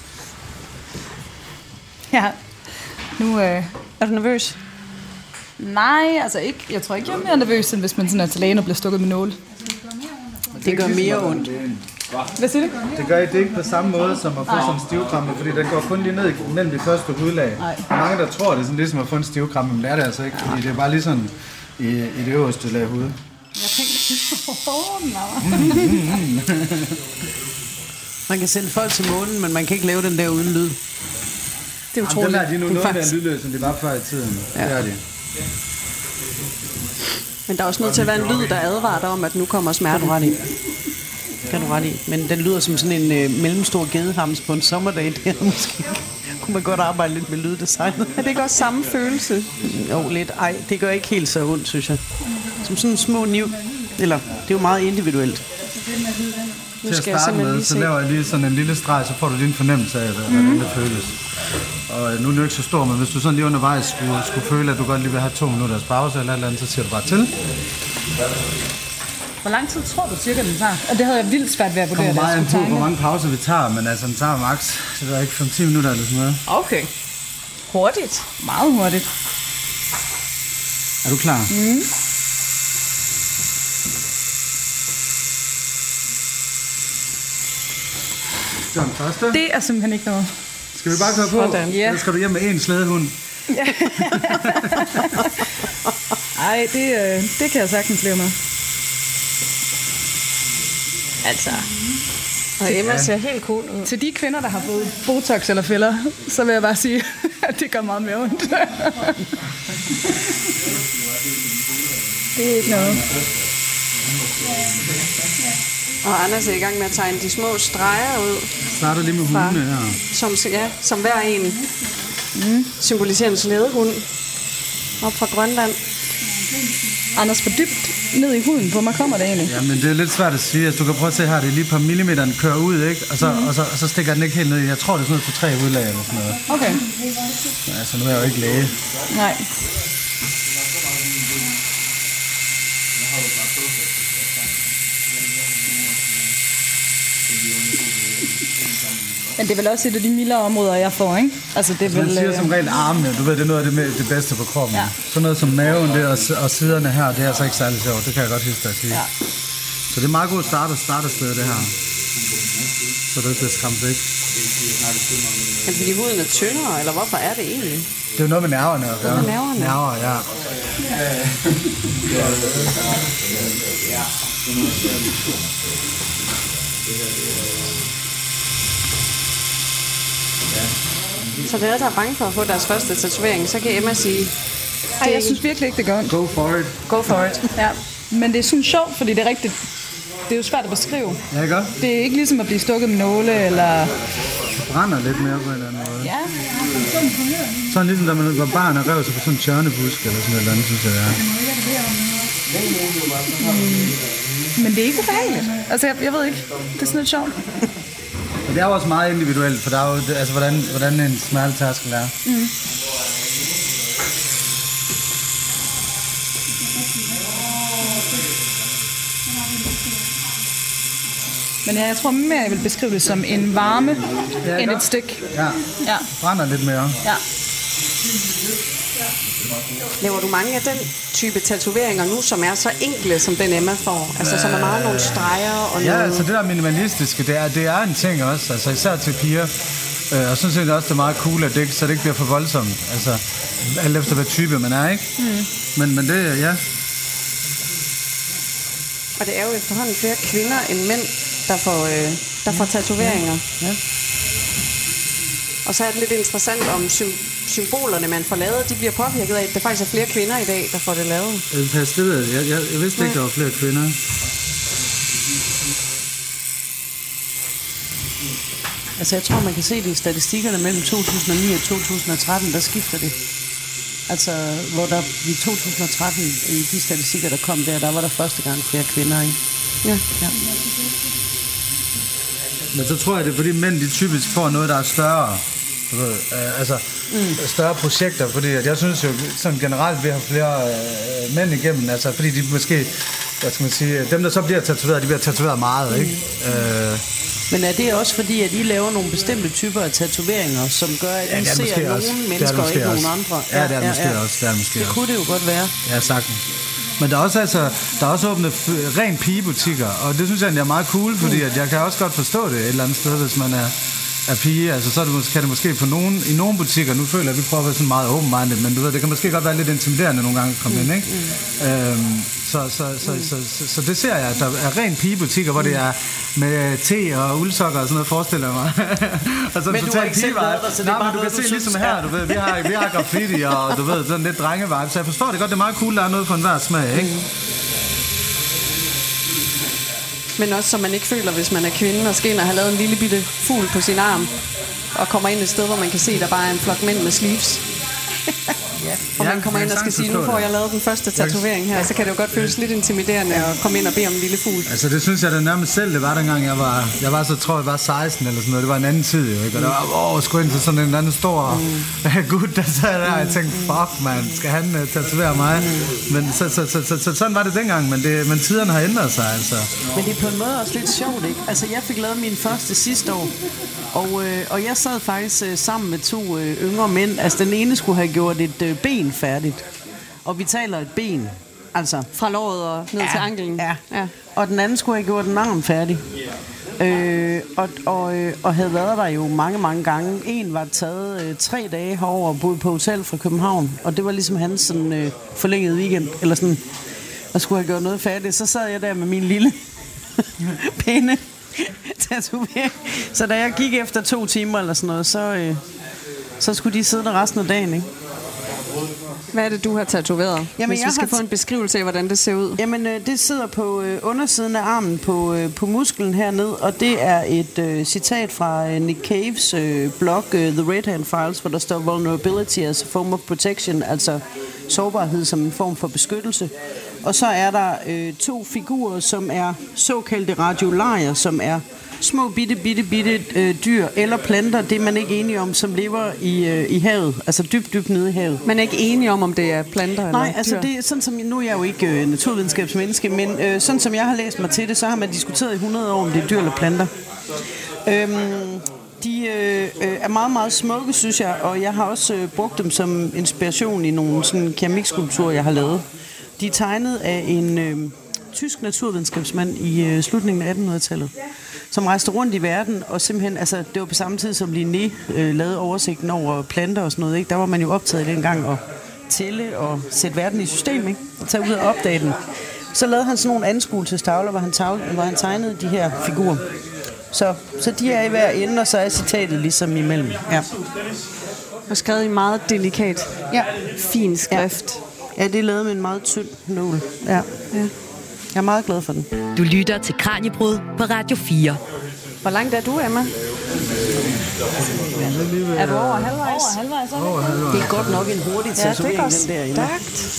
Ja. Nu, øh, Er du nervøs? nej, altså ikke. Jeg tror ikke, jeg er mere nervøs, end hvis man sådan er til lægen og bliver stukket med nåle. Det gør mere ondt. Hvad siger du? Det gør I det ikke på samme måde som at få sådan en stivkrampe, fordi den går kun lige ned mellem de første hudlag. Nej. Mange, der tror, det er sådan ligesom at få en stivkrampe, men det er det altså ikke, fordi det er bare lige sådan i, i det øverste lag hud. Jeg tænkte, åh, nej. Man kan sende folk til månen, men man kan ikke lave den der uden lyd. Det er Jamen, utroligt. dem er de nu Det er noget mere faktisk- lydløse, end de var før i tiden. Ja. Det er de. Men der er også nødt til at være en lyd, der advarer dig om, at nu kommer Kan du smerten. ret i. Kan du ret i. Men den lyder som sådan en øh, mellemstor gedehams på en sommerdag. Der måske kunne man godt arbejde lidt med lyddesignet. Er det ikke også samme følelse? Jo, lidt. Ej, det gør ikke helt så ondt, synes jeg. Som sådan en små niv. Eller, det er jo meget individuelt. Nu Til at skal jeg starte simpelthen med, lige så se. laver jeg lige sådan en lille streg, så får du lige en fornemmelse af, hvordan mm. det føles. Og nu er det jo ikke så stor, men hvis du sådan lige undervejs skulle, skulle føle, at du godt lige vil have to minutters pause eller et eller andet, så siger du bare til. Hvor lang tid tror du cirka, den tager? Og det havde jeg vildt svært ved at Det vurdere, kommer da jeg meget an skulle på, hvor tegne. mange pauser vi tager, men altså den tager max, det ved jeg ikke, fem til ti minutter eller sådan noget. Okay. Hurtigt. Meget hurtigt. Er du klar? Mm. Det var den første. Det er simpelthen ikke noget. Skal vi bare køre på? Sådan. Ja. Så skal du hjem med en slædehund. Ej, det, øh, det kan jeg sagtens leve med. Altså. Og Emma ser helt cool ud. Til de kvinder, der har fået botox eller filler, så vil jeg bare sige, at det gør meget mere ondt. Det er ikke noget. Og Anders er i gang med at tegne de små streger ud, Starter lige med Far. hundene her. som, ja, som hver en mm. symboliserer en slædehund op fra Grønland. Anders, hvor dybt ned i huden på mig kommer det egentlig. Ja, men det er lidt svært at sige. Altså, du kan prøve at se her, det er lige på millimeter, den kører ud, ikke? Og så, mm. og, så, og så stikker den ikke helt ned i. Jeg tror, det er sådan noget på tre udlag eller sådan noget. Okay. Men altså, nu er jeg jo ikke læge. Nej. Men det er vel også et af de mildere områder, jeg får, ikke? Altså, det er Man vel... siger øh, som regel armene, du ved, det er noget af det, med, det bedste på kroppen. Ja. Sådan noget som maven det, og, og siderne her, det er altså ikke særlig sjovt. Det kan jeg godt huske at sige. Ja. Så det er meget godt start startersted, det her. Så du ikke bliver skræmt væk. Er det fordi huden er tyndere, eller hvorfor er det egentlig? Det er jo noget med nerverne. Ja. med nerverne. Nerver, ja. Så det er der er bange for at få deres første tatovering, så kan Emma sige, Ej, jeg synes virkelig ikke, det gør ondt. Go for it. go for it. Ja. Men det er sådan sjovt, fordi det er rigtigt. Det er jo svært at beskrive. Ja, ikke? Det er ikke ligesom at blive stukket med nåle, eller... Det brænder lidt mere på en eller anden måde. Ja. Sådan ligesom, da man var barn og rev sig på sådan en tjørnebusk eller sådan et eller andet, synes jeg, ja. Men det er ikke ubehageligt. Altså, jeg, jeg ved ikke. Det er sådan lidt sjovt. Men det er jo også meget individuelt, for der er jo, altså, hvordan, hvordan en smertetærskel er. Mm. Men ja, jeg tror mere, jeg vil beskrive det som en varme, Ja, end godt. et stik. Ja, Ja. brænder lidt mere. Ja. Laver du mange af den type tatoveringer nu, som er så enkle, som den Emma får? Altså, som er meget nogle streger og Ja, noget... altså det der minimalistiske, det er, det er en ting også, altså især til piger. Øh, og sådan set også, det er meget cool, at det ikke, så det ikke bliver for voldsomt. Altså, alt efter hvad type man er, ikke? Mm. Men, men det, ja. Og det er jo efterhånden flere kvinder end mænd, der får, øh, der får tatoveringer. Ja. Og så er det lidt interessant om sy- symbolerne, man får lavet, de bliver påvirket af, at der faktisk er flere kvinder i dag, der får det lavet. Pas, det ved jeg. Jeg, jeg, jeg vidste ikke, der var flere kvinder. Altså jeg tror, man kan se det i statistikkerne mellem to tusind og ni og to tusind og tretten, der skifter det. Altså, hvor der i to tusind og tretten, i de statistikker, der kom der, der var der første gang flere kvinder, ikke? Ja. Ja. Men så tror jeg, det er fordi mænd, de typisk får noget, der er større. Du ved, øh, altså, mm. større projekter, fordi at jeg synes jo, sådan generelt, vi har flere øh, mænd igennem, altså, fordi de måske, hvad skal man sige, dem, der så bliver tatoveret, de bliver tatoveret meget, ikke? Mm. Øh, Men er det også fordi, at I laver nogle bestemte typer af tatoveringer, som gør, at I ja, ser nogle også. mennesker og ikke også. nogen andre? Ja, det er det ja, måske ja. også. Det, er måske det også. kunne det jo godt være. Ja, sagtens. Men der er også, altså, der er også åbnet f- ren pigebutikker, og det synes jeg egentlig er meget cool, fordi mm. at jeg kan også godt forstå det et eller andet sted, hvis man er, er pige. Altså, så er det, kan det måske på nogen, i nogle butikker, nu føler jeg, at vi prøver at være sådan meget open-minded, men du ved, det kan måske godt være lidt intimiderende nogle gange at komme mm. ind, ikke? Mm. Øhm, så, så, så, mm. så, så, så det ser jeg, at der er ren pigebutikker, hvor det er med te og uldsokker og sådan noget, forestiller jeg mig. Og så men du har ikke selv været der, så det er bare du noget, kan du se ligesom her, du ved, vi har, vi har graffiti og du ved, sådan lidt drengevibe, så jeg forstår det godt, det er meget cool, der er noget for enhver smag, ikke? Mm. Men også så man ikke føler, hvis man er kvinde og skal ind og have lavet en lille bitte fugl på sin arm, og kommer ind et sted, hvor man kan se, der bare er en flok mænd med sleeves. Ja. Og man kommer ind og skal sige, nu får jeg lavet den første tatovering her, så kan det jo godt føles lidt intimiderende at komme ind og bede om en lille fugl. Altså det synes jeg da nærmest selv, det var dengang jeg var, jeg var så tror jeg var seksten eller sådan noget, det var en anden tid jo, ikke? Og der var, åh, skulle ind til sådan en anden stor mm. gut, der sad der, og jeg tænkte, fuck man, skal han uh, tatovere mig? Mm. Men så, så, så, så, så, sådan var det dengang, men, det, men tiderne har ændret sig, altså. Men det er på en måde også lidt sjovt, ikke? Altså jeg fik lavet min første sidste år, og, øh, og jeg sad faktisk øh, sammen med to øh, yngre mænd. Altså den ene skulle have gjort et øh, ben færdigt, og vi taler et ben, altså fra låret og ned ja, til anklen. Ja. Ja. Og den anden skulle have gjort en arm færdig. Øh, og, og, øh, og havde været der jo mange, mange gange. En var taget øh, tre dage herover og boede på hotel fra København, og det var ligesom hans sådan, øh, forlængede weekend, eller sådan, og skulle have gjort noget færdigt. Så sad jeg der med min lille pæne tatovering. Så da jeg gik efter to timer eller sådan noget, så, øh, så skulle de sidde der resten af dagen, ikke? Hvad er det, du har tatoveret? Jamen, hvis jeg vi skal har få en beskrivelse af, hvordan det ser ud. Jamen, øh, det sidder på øh, undersiden af armen på, øh, på musklen hernede, og det er et øh, citat fra øh, Nick Caves øh, blog, øh, The Red Hand Files, hvor der står vulnerability as a form of protection, altså sårbarhed som en form for beskyttelse. Og så er der øh, to figurer, som er såkaldte radiolarier, som er små bitte, bitte, bitte øh, dyr eller planter, det er man ikke enige om, som lever i, øh, i havet, altså dybt, dybt nede i havet. Man er ikke enige om, om det er planter eller Nej, altså dyr. det er sådan som, nu er jeg jo ikke øh, naturvidenskabsmenneske, men øh, sådan som jeg har læst mig til det, så har man diskuteret i hundrede år, om det er dyr eller planter. Øhm, de øh, øh, er meget, meget smukke, synes jeg, og jeg har også øh, brugt dem som inspiration i nogle sådan keramikskulpturer, jeg har lavet. De er tegnet af en øh, tysk naturvidenskabsmand i øh, slutningen af attenhundredetallet, som rejste rundt i verden, og simpelthen, altså det var på samme tid som Linné øh, lavede oversigten over planter og sådan noget, ikke? Der var man jo optaget dengang at tælle og sætte verden i system, ikke? Og tage ud og opdage den. Så lavede han sådan nogle anskuelsestavler, hvor han, tavle, hvor han tegnede de her figurer. Så, så de er i hver ende, og så er citatet ligesom imellem. Ja. Og skrevet i meget delikat, Ja. fin skrift. Ja, det er lavet med en meget tynd nål. Ja. Ja. Jeg er meget glad for den. Du lytter til Kraniebrud på Radio fire. Hvor langt er du, Emma? Er du over halvvejs? Over halvvejs, Over halvvejs. Det er godt nok en hurtig Ja, det tatovering, går den der. stærkt.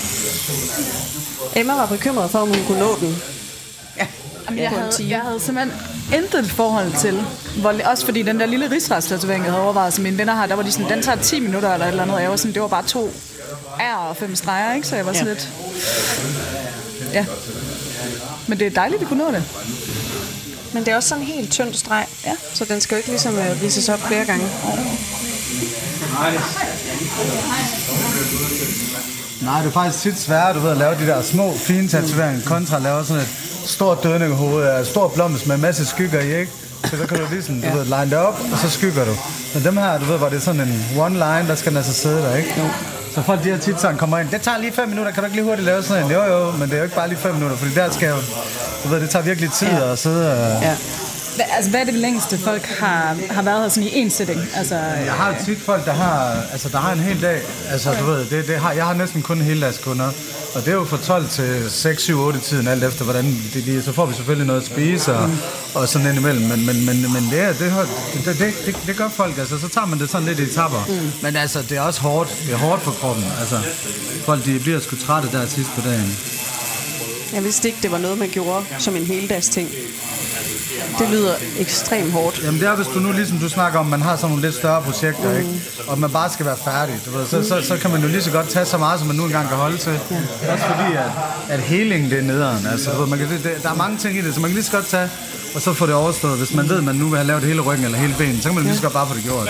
Emma var bekymret for, om hun kunne nå den. Jamen, jeg, havde, jeg havde simpelthen intet forhold til, hvor, også fordi den der lille rigsretstatovering, jeg havde overvejet, som mine venner har, der var de sådan, den tager ti minutter eller et eller andet, og jeg var sådan, det var bare to R og fem streger, ikke? Så jeg var sådan ja. lidt... Ja. Men det er dejligt, at kunne nå det. Men det er også sådan en helt tynd streg, ja. Så den skal jo ikke ligesom uh, ridses op flere gange. Nej, det er faktisk tit sværere, du ved, at lave de der små, fine tatoveringer, kontra at lave sådan et stort dødningehoved, et stort blomst med en masse skygger i, ikke? Så der kan du ligesom, du ja. ved, line det op, og så skygger du. Men dem her, du ved, hvor det er sådan en one line, der skal den altså sidde der, ikke? Jo. Så folk de her tit sådan kommer ind, det tager lige fem minutter, kan du ikke lige hurtigt lave sådan en? Jo jo, men det er jo ikke bare lige fem minutter, fordi der skal jo, du ved, det tager virkelig tid ja. at sidde og... Ja. Hvad, altså, hvad er det længste, folk har, har været her sådan i en sitting? Altså, Jeg har tit folk, der har, altså, der har en hel dag. Altså, okay. du ved, det, det har, jeg har næsten kun heldagskunder. Og det er jo fra tolv til seks, syv, otte tiden, alt efter hvordan det lige. Så får vi selvfølgelig noget at spise og, mm. og sådan ind imellem. Men, men, men, men det, er, det, det, det, det, det gør folk, altså. Så tager man det sådan lidt i etapper. Mm. Men altså, det er også hårdt. Det er hårdt for kroppen. Altså, folk de bliver sgu trætte der sidst på dagen. Jeg vidste ikke, det var noget, man gjorde som en heldags ting. Det lyder ekstremt hårdt. Jamen det er, hvis du nu ligesom du snakker om, man har sådan nogle lidt større projekter, mm. ikke? Og man bare skal være færdig, du ved, så, så, så kan man jo lige så godt tage så meget, som man nu engang kan holde til. Ja. Også fordi, at, at healing, det er nederen. Altså, du ved, man kan, det, der er mange ting i det, så man kan lige så godt tage, og så få det overstået. Hvis man ved, at man nu vil have lavet hele ryggen eller hele benen, så kan man lige så godt bare få det gjort.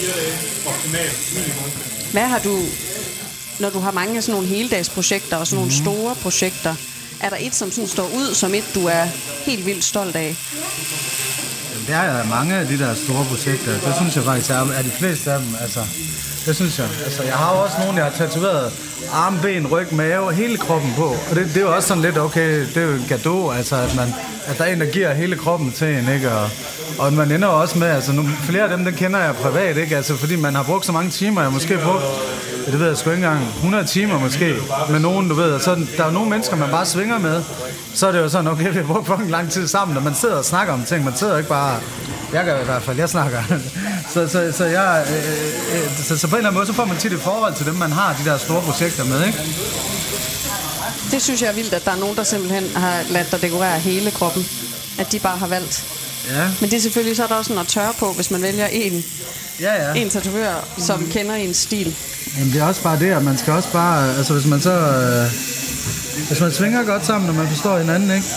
Hvad har du, når du har mange af sådan nogle heldagsprojekter og sådan nogle mm. store projekter, er der et, som sådan står ud, som et, du er helt vildt stolt af? Jamen, der er mange af de der store projekter. Det synes jeg faktisk er, er de fleste af dem. Altså, det synes jeg. Altså, jeg har også nogle, jeg har tatoveret arme, ben, ryg, mave, hele kroppen på. Og det, det er jo også sådan lidt, okay, det er jo en gave, altså, at, man, at der er en, der giver hele kroppen til en, ikke? Og, og man ender også med, altså, nu, flere af dem, den kender jeg privat, ikke? Altså, fordi man har brugt så mange timer, jeg måske brugt, det ved jeg sgu ikke engang, hundrede timer måske, med nogen, du ved, og så der er jo nogle mennesker, man bare svinger med, så er det jo sådan, okay, vi har brugt fucking lang tid sammen, og man sidder og snakker om ting, man sidder ikke bare, jeg gør i hvert fald, jeg snakker, så, så, så, jeg, øh, øh, så, så på en eller anden måde, så får man tit et forhold til dem, man har de der store projekter med, ikke? Det synes jeg er vildt, at der er nogen, der simpelthen har ladt dig dekorere hele kroppen, at de bare har valgt. Ja. Men det er selvfølgelig, så er der også noget at tørre på, hvis man vælger en, ja, ja. en tatovør, som mm. kender ens stil. Jamen det er også bare det, at man skal også bare, altså hvis man så, øh, hvis man svinger godt sammen, og man forstår hinanden, ikke?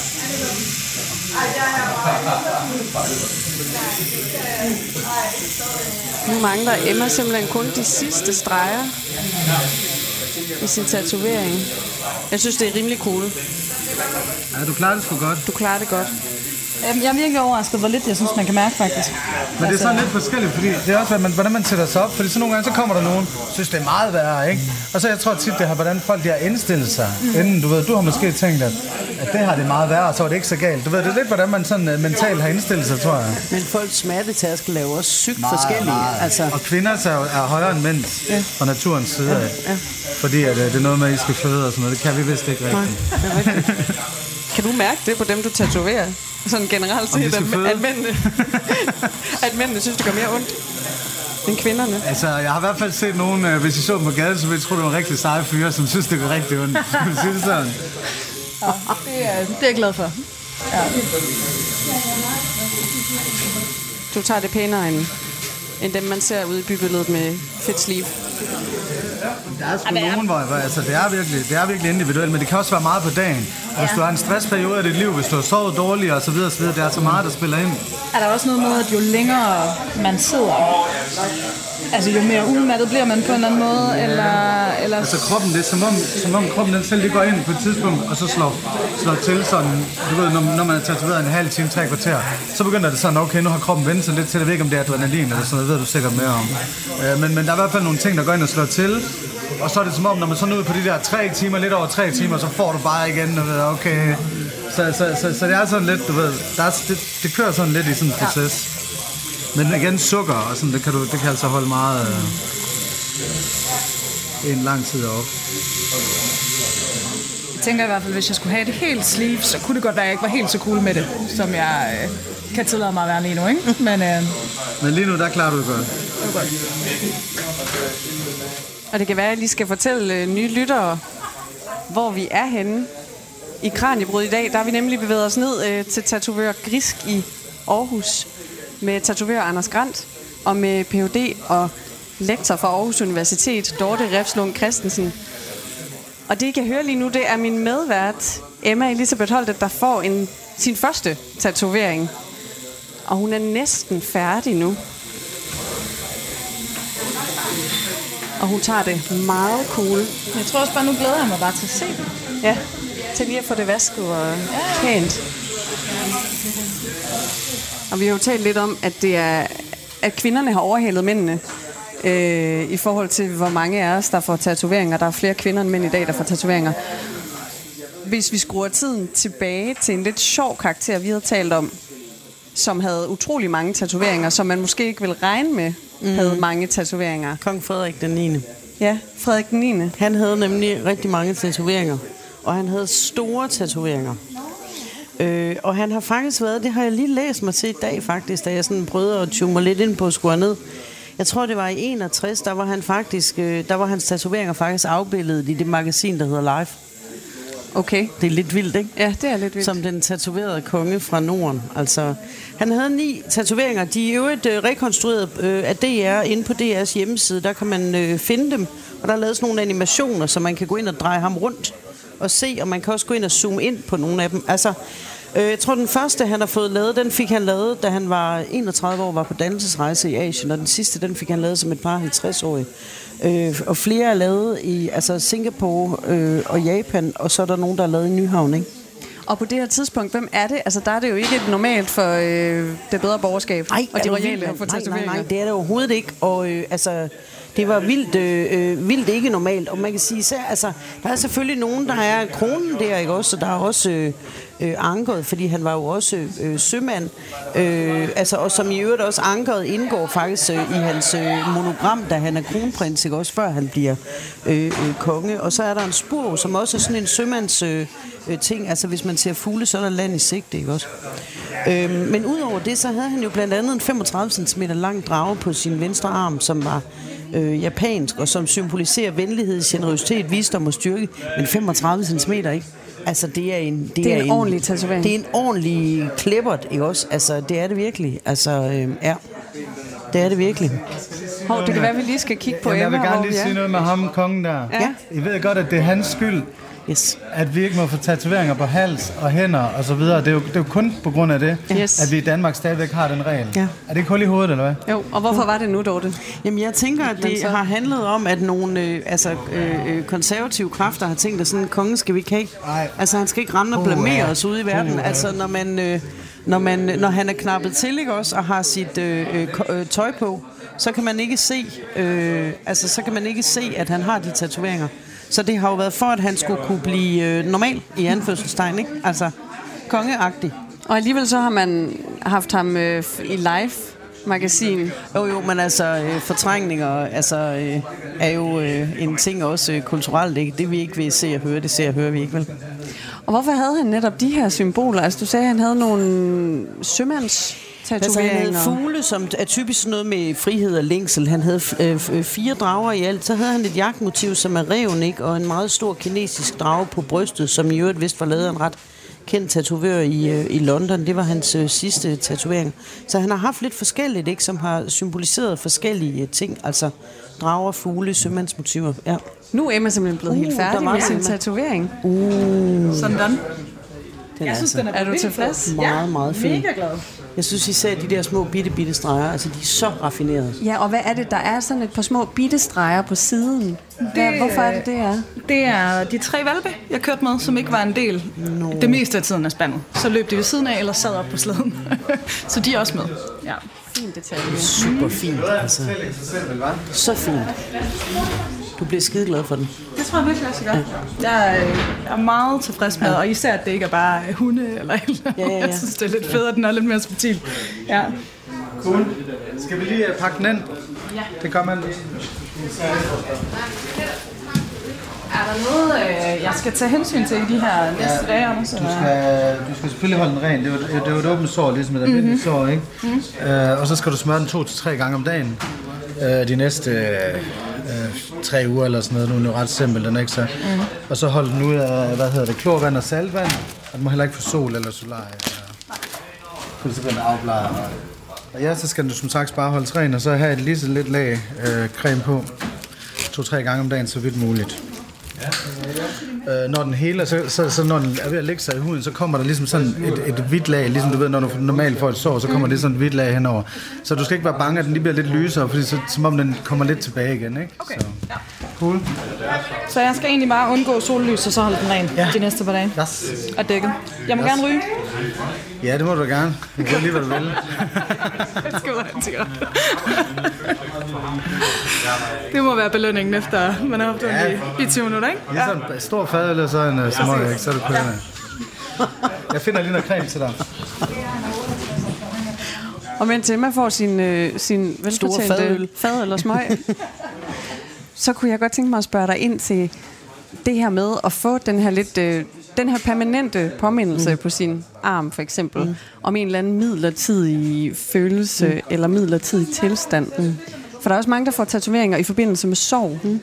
Nu mangler Emma simpelthen kun de sidste streger i sin tatovering. Jeg synes, det er rimelig cool. Ja, du klarer det sgu godt. Du klarer det godt. Jeg er virkelig overrasket, hvor lidt jeg synes, man kan mærke faktisk. Men det er sådan lidt forskelligt, fordi det er også, hvordan man, hvordan man sætter sig op. Fordi så nogle gange, så kommer der nogen, synes det er meget værre, ikke? Og så jeg tror tit, det har, hvordan folk de har indstillet sig. Mm. Inden, du ved, du har måske tænkt, at, at det har det meget værre, og så er det ikke så galt. Du ved, det er lidt, hvordan man sådan uh, mentalt har indstillet sig, tror jeg. Men folks smertetærskel er jo også sygt meget, forskellige. Meget. Altså. Og kvinder er, er højere end mænd ja. Fra naturens side af. Ja. Ja. Fordi at, uh, det er noget med, at I skal føde og sådan noget. Det kan vi vist ikke rigtigt. Nej, det er rigtigt. Kan du mærke det på dem, du tatoverer? Sådan generelt set, at, at, mændene, at mændene synes, det gør mere ondt end kvinderne? Altså, jeg har i hvert fald set nogen, øh, hvis I så dem på gaden, så ville jeg tro, det var en rigtig seje fyre, som synes, det gør rigtig ondt. Skal det sådan? Ja, det er, det er jeg glad for. Ja. Du tager det pænere end, end dem, man ser ude i bybilledet med fedt sleeve. Der er sgu nogen, hvor, hvor altså, det, er virkelig, det er virkelig individuelt, men det kan også være meget på dagen. Og hvis du har en stressperiode af dit liv, hvis du har sovet dårligt og så videre, så videre, det er så meget, der spiller ind. Er der også noget med, at jo længere man sidder, altså jo mere udmattet bliver man på en eller anden måde, eller... eller... Altså kroppen, det er som om, som om kroppen den selv lige går ind på et tidspunkt, og så slår, slår til sådan, du ved, når, når man har tatoveret en halv time, tre kvarter, så begynder det sådan, okay, nu har kroppen vendt sig lidt til, jeg ved ikke, om det er adrenalin eller sådan noget, ved du sikkert mere om. Øh, men, men der er i hvert fald nogle ting, der går ind og slår til, og så er det som om, når man så er ude på de der tre timer, lidt over tre timer, så får du bare igen, og ved, okay. Så, så, så, så det er sådan lidt, du ved, der er, det, det kører sådan lidt i sådan en proces. Men igen, sukker, og sådan, det kan, du, det kan altså holde meget øh, en lang tid op. Jeg tænker i hvert fald, hvis jeg skulle have det helt sleeve, så kunne det godt være, at jeg ikke var helt så cool med det, som jeg øh, kan tillade mig at være lige nu, ikke? Men, øh, Men lige nu, der klarer du det godt. Det er godt. Og det kan være, at jeg lige skal fortælle øh, nye lyttere, hvor vi er henne i Kraniebrud i dag. Der har vi nemlig bevæget os ned øh, til tatovør Grisk i Aarhus med tatovør Anders Grant og med P H D og lektor fra Aarhus Universitet, Dorte Refslund Christensen. Og det, I kan høre lige nu, det er min medvært, Emma Elisabeth Holtet, der får en, sin første tatovering. Og hun er næsten færdig nu. Og hun tager det meget cool. Jeg tror også bare, nu glæder jeg mig bare til at se den. Ja, til lige at få det vasket og ja. Pænt. Og vi har jo talt lidt om, at det er, at kvinderne har overhalet mændene øh, i forhold til, hvor mange af os, der får tatoveringer. Der er flere kvinder end mænd i dag, der får tatoveringer. Hvis vi skruer tiden tilbage til en lidt sjov karakter, vi havde talt om, som havde utrolig mange tatoveringer, som man måske ikke ville regne med, mm. havde mange tatoveringer. Kong Frederik den niende. Ja, Frederik den niende. Han havde nemlig rigtig mange tatoveringer, og han havde store tatoveringer. Øh, og han har faktisk været, det har jeg lige læst mig til i dag faktisk, da jeg sådan prøvede at tume mig lidt ind på at skue ned. Jeg tror, det var i enogtres, der var han faktisk, øh, der var hans tatoveringer faktisk afbildet i det magasin, der hedder Life. Okay. Det er lidt vildt, ikke? Ja, det er lidt vildt. Som den tatoverede konge fra Norden. Altså, han havde ni tatoveringer. De er jo et øh, rekonstrueret øh, af D R inde på D R's hjemmeside. Der kan man øh, finde dem, og der er lavet sådan nogle animationer, så man kan gå ind og dreje ham rundt og se, og man kan også gå ind og zoome ind på nogle af dem. Altså, øh, jeg tror, den første, han har fået lavet, den fik han lavet, da han var enogtredive år, var på dannelsesrejse i Asien, og den sidste, den fik han lavet som et par halvtreds-årige. Øh, og flere er lavet i altså Singapore øh, og Japan, og så er der nogen, der er lavet i Nyhavn, ikke? Og på det her tidspunkt, hvem er det? Altså, der er det jo ikke normalt for øh, det bedre borgerskab. Ej, og de royale vildt, at få nej, nej, tatoveringer. nej, det er det overhovedet ikke. Og øh, altså, det var vildt, øh, vildt ikke normalt. Og man kan sige, så, altså, der er selvfølgelig nogen, der er kronen der, ikke også? Og der er også øh, øh, ankeret, fordi han var jo også øh, sømand. Øh, altså, og som i øvrigt også ankeret indgår faktisk øh, i hans øh, monogram, da han er kronprins, ikke også? Før han bliver øh, øh, konge. Og så er der en spur, som også er sådan en sømands øh, øh, ting. Altså, hvis man ser fugle, så er der land i sigte, ikke også? Øh, men udover det, så havde han jo blandt andet en femogtredive centimeter lang drage på sin venstre arm, som var øh, japansk, og som symboliserer venlighed, generøsitet, visdom og styrke. Men femogtredive centimeter, ikke? Altså, det er en... Det, det er en, en ordentlig tatovering. Det er en ordentlig klippert, ikke også? Altså, det er det virkelig. Altså, øh, ja. Det er det virkelig. Hov, det kan være, vi lige skal kigge på Jamen, Emma. jeg vil gerne lige hvor, sige noget med ham, kongen der. Ja. I ved godt, at det er hans skyld, Yes. at vi ikke må få tatoveringer på hals og hænder og så videre. Det er jo, det er jo kun på grund af det, Yes. at vi i Danmark stadigvæk har den regel. Ja. Er det ikke hul i hovedet, eller hvad? Jo, og hvorfor var det nu, Dorte? Jamen, jeg tænker, at det så- har handlet om, at nogle øh, altså, øh, øh, konservative kræfter har tænkt, at sådan en konge skal vi ikke have. Nej. Altså, han skal ikke rende og blamere os ude i verden. Altså, når man, øh, når man, når han er knappet til, ikke også, og har sit øh, øh, ko- øh, tøj på, så kan man ikke se, øh, altså, så kan man ikke se, at han har de tatoveringer. Så det har jo været for, at han skulle kunne blive øh, normal i anførselstegn, ikke? Altså, kongeagtig. Og alligevel så har man haft ham øh, i live-magasin. Jo, jo, men altså, øh, fortrængninger altså, øh, er jo øh, en ting også øh, kulturelt, ikke? Det vi ikke vil se og høre, det ser og hører vi ikke, vel? Og hvorfor havde han netop de her symboler? Altså, du sagde, at han havde nogle sømands... Altså, han havde fugle, som er typisk sådan noget med frihed og længsel. Han havde øh, fire drager i alt. Så havde han et jagtmotiv, som er ræven, ikke? Og en meget stor kinesisk drage på brystet, som i øvrigt vist var lavet af en ret kendt tatovør i, øh, i London. Det var hans øh, sidste tatovering. Så han har haft lidt forskelligt, ikke? Som har symboliseret forskellige ting. Altså drager, fugle, sømandsmotiver. Ja. Nu er Emma simpelthen blevet Uh, helt der færdig var med sin Emma. tatovering. Sådan. Den Jeg synes, altså den er, Er du vildt tilfreds? fed. meget, Ja, meget fin. mega glad. Jeg synes især de der små bitte, bitte streger, altså de er så raffinerede. Ja, og hvad er det? Der er sådan et par små bittestreger på siden. Hvad, Det- hvorfor er det, det er? Det er de tre valpe, jeg kørte med, som ikke var en del no. det meste af tiden af spændet. Så løb de ved siden af, eller sad op på slæden. Så de er også med. Ja. Fin detalje. Super fint, altså. Så fint. Du bliver skide glad for den. Det tror jeg virkelig også, jeg gør. Jeg er, øh, jeg er meget tilfreds med, og især at det ikke er bare hunde eller et eller andet. Ja, ja, ja. Jeg synes, det er lidt federe, at den er lidt mere subtil. Ja. Cool. Skal vi lige uh, pakke den ind? Ja. Det gør man. Er der noget, øh, jeg skal tage hensyn til i de her næste dage, Anders? Du skal, du skal selvfølgelig holde den ren. Det er jo, det er jo et åbent sår, ligesom et almindeligt mm-hmm. sår, ikke? Mm-hmm. Uh, og så skal du smøre den to til tre gange om dagen. Uh, de næste uh, tre uger eller sådan noget. Nu er den jo ret simpel, den er ikke så. Mm-hmm. Og så hold den ud af, hvad hedder det, klorvand og saltvand. Og den må heller ikke få sol eller solarie. Så skal den afblare. Og ja, så skal den som sagt bare holde ren, og så have et lige så lidt lag øh, creme på. To-tre gange om dagen, så vidt muligt. Øh, når den heler, så, så, så når den er ved at lægge sig i huden, så kommer der ligesom sådan et, et hvidt lag, ligesom du ved, når du normalt får et sår, så kommer det sådan et hvidt lag henover. Så du skal ikke være bange, at den lige bliver lidt lysere, fordi så, som om den kommer lidt tilbage igen, ikke? Okay, så. ja. Cool. Så jeg skal egentlig bare undgå sollys, og så holde den ren Ja. de næste par dage. Yes. Og dækket. Jeg må Yes. gerne ryge. Ja, det må du gerne. Du kan lige, hvad du vil. Det skal være rigtig godt. Det må være belønningen efter, man har haft den Ja. i, i tyve minutter, ikke? Lige sådan en stor fad, eller så en uh, smøg, ikke? Så er det på den her. Jeg finder lige noget creme til dig. Og mens Emma får sin, øh, sin velfortjente fad eller smøg, så kunne jeg godt tænke mig at spørge dig ind til det her med at få den her lidt øh, den her permanente påmindelse mm. på sin arm, for eksempel, mm. om en eller anden midlertidig følelse mm. eller midlertidig tilstand. Mm. For der er også mange, der får tatoveringer i forbindelse med sorg. Mm.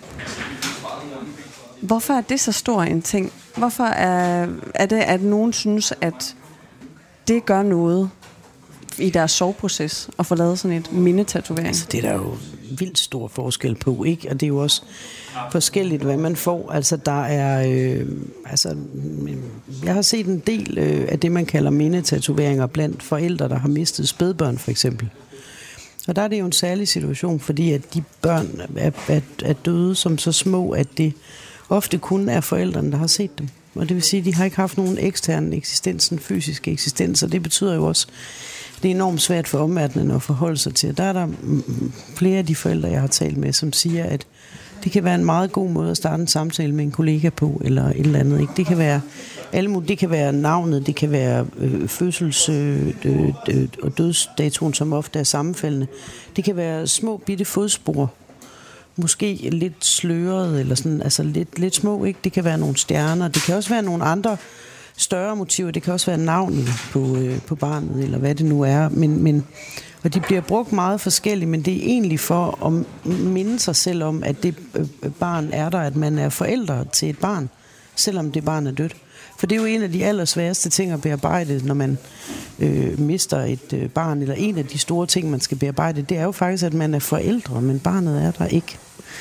Hvorfor er det så stor en ting? Hvorfor er, er det, at nogen synes, at det gør noget i deres sorgproces at få lavet sådan et mindetatovering? Altså, det er der jo vildt stor forskel på, ikke? Og det er jo også forskelligt, hvad man får. Altså, der er... Øh, altså, jeg har set en del øh, af det, man kalder mindetatoveringer blandt forældre, der har mistet spædbørn, for eksempel. Og der er det jo en særlig situation, fordi at de børn er, er, er døde som så små, at det ofte kun er forældrene, der har set dem. Og det vil sige, at de har ikke haft nogen ekstern eksistens, en fysisk eksistens, og det betyder jo også, at det er enormt svært for omverdenen at forholde sig til. Der er der flere af de forældre, jeg har talt med, som siger, at det kan være en meget god måde at starte en samtale med en kollega på, eller et eller andet. Ikke? Det kan være alle, det kan være navnet, det kan være øh, fødsels- øh, øh, og dødsdatoen, som ofte er sammenfaldende. Det kan være små bitte fodspor, måske lidt sløret, eller sådan, altså lidt, lidt små, ikke? Det kan være nogle stjerner, det kan også være nogle andre større motiver, det kan også være navnet på, øh, på barnet, eller hvad det nu er, men, men, og de bliver brugt meget forskelligt, men det er egentlig for at minde sig selv om, at det øh, barn er der, at man er forældre til et barn, selvom det barn er dødt. For det er jo en af de allersværeste ting at bearbejde, når man øh, mister et øh, barn, eller en af de store ting, man skal bearbejde, det er jo faktisk, at man er forældre, men barnet er der ikke.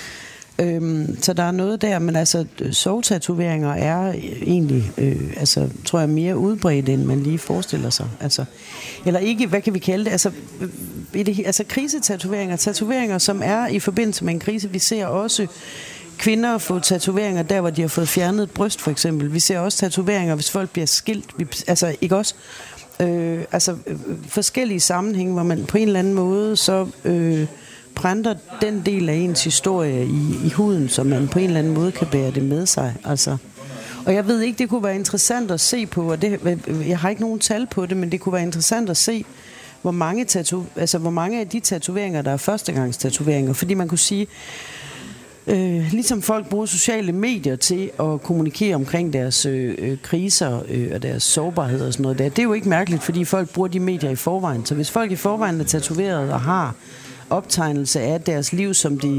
Øhm, så der er noget der, men altså sorgtatoveringer er egentlig, øh, altså tror jeg, mere udbredt, end man lige forestiller sig. Altså, eller ikke, hvad kan vi kalde det? Altså, øh, det, altså krisetatoveringer, tatoveringer, som er i forbindelse med en krise. Vi ser også kvinder få tatoveringer der, hvor de har fået fjernet et bryst, for eksempel. Vi ser også tatoveringer, hvis folk bliver skilt. Vi, altså, ikke også? Øh, altså, øh, forskellige sammenhænge, hvor man på en eller anden måde så øh, prænter den del af ens historie i, i huden, så man på en eller anden måde kan bære det med sig. Altså. Og jeg ved ikke, det kunne være interessant at se på, og det, jeg har ikke nogen tal på det, men det kunne være interessant at se, hvor mange, tatu, altså, hvor mange af de tatoveringer, der er førstegangstatoveringer. Fordi man kunne sige, Øh, ligesom folk bruger sociale medier til at kommunikere omkring deres øh, øh, kriser øh, og deres sårbarhed og sådan noget der. Det er jo ikke mærkeligt, fordi folk bruger de medier i forvejen. Så hvis folk i forvejen er tatoveret og har optegnelse af deres liv, som de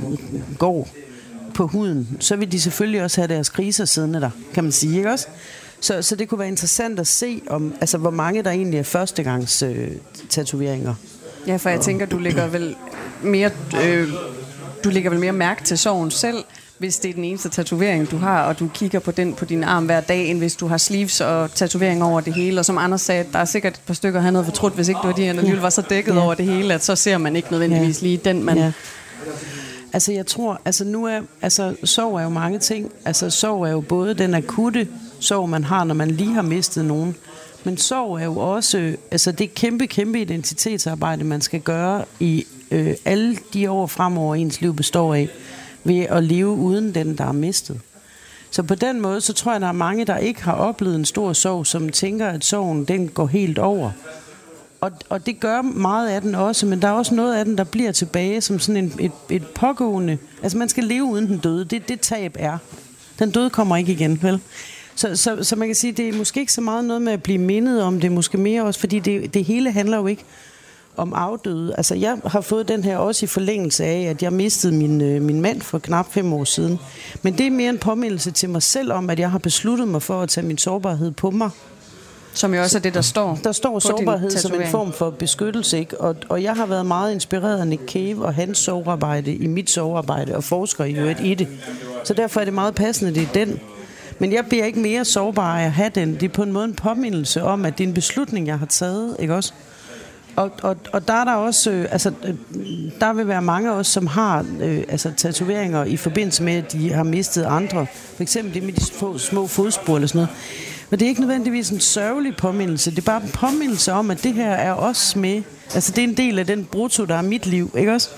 går på huden, så vil de selvfølgelig også have deres kriser siddende der, kan man sige, ikke også? Så, så det kunne være interessant at se, om, altså, hvor mange der egentlig er førstegangs øh, tatoveringer. Ja, for jeg tænker, du lægger vel mere... Øh Du lægger vel mere mærke til sorgen selv, hvis det er den eneste tatovering, du har, og du kigger på den på din arm hver dag, end hvis du har sleeves og tatoveringer over det hele. Og som Anders sagde, der er sikkert et par stykker, han havde fortrudt, hvis ikke du de alligevel var så dækket ja. over det hele, at så ser man ikke nødvendigvis ja. lige den, man... Ja. Altså jeg tror, altså nu er, altså sorg er jo mange ting. Altså sorg er jo både den akutte sorg, man har, når man lige har mistet nogen. Men sorg er jo også, altså det kæmpe, kæmpe identitetsarbejde, man skal gøre i øh, alle de år fremover, ens liv består af, ved at leve uden den, der er mistet. Så på den måde, så tror jeg, der er mange, der ikke har oplevet en stor sorg, som tænker, at sorgen, den går helt over. Og, og det gør meget af den også, men der er også noget af den, der bliver tilbage som sådan en, et, et pågående... Altså man skal leve uden den døde, det det tab er. Den døde kommer ikke igen, vel? Så, så, så man kan sige, det er måske ikke så meget noget med at blive mindet om, det er måske mere også, fordi det, det hele handler jo ikke om afdøde. Altså jeg har fået den her også i forlængelse af, at jeg mistede min, øh, min mand for knap fem år siden. Men det er mere en påmindelse til mig selv om, at jeg har besluttet mig for at tage min sårbarhed på mig. Som jo også er det, der står. Der står sårbarhed som en form for beskyttelse, ikke? Og, og jeg har været meget inspireret af Nick Cave og hans sorgarbejde i mit sorgarbejde, og forsker i øvrigt i det. Så derfor er det meget passende, det er den. Men jeg bliver ikke mere sårbar af at have den. Det er på en måde en påmindelse om, at det er en beslutning, jeg har taget, ikke også? Og, og, og der er der også, øh, altså, øh, der vil være mange af os, som har øh, altså, tatoveringer i forbindelse med, at de har mistet andre. For eksempel det med de små, små fodspor eller sådan noget. Men det er ikke nødvendigvis en sørgelig påmindelse. Det er bare en påmindelse om, at det her er også med. Altså det er en del af den brutto, der er mit liv, ikke også?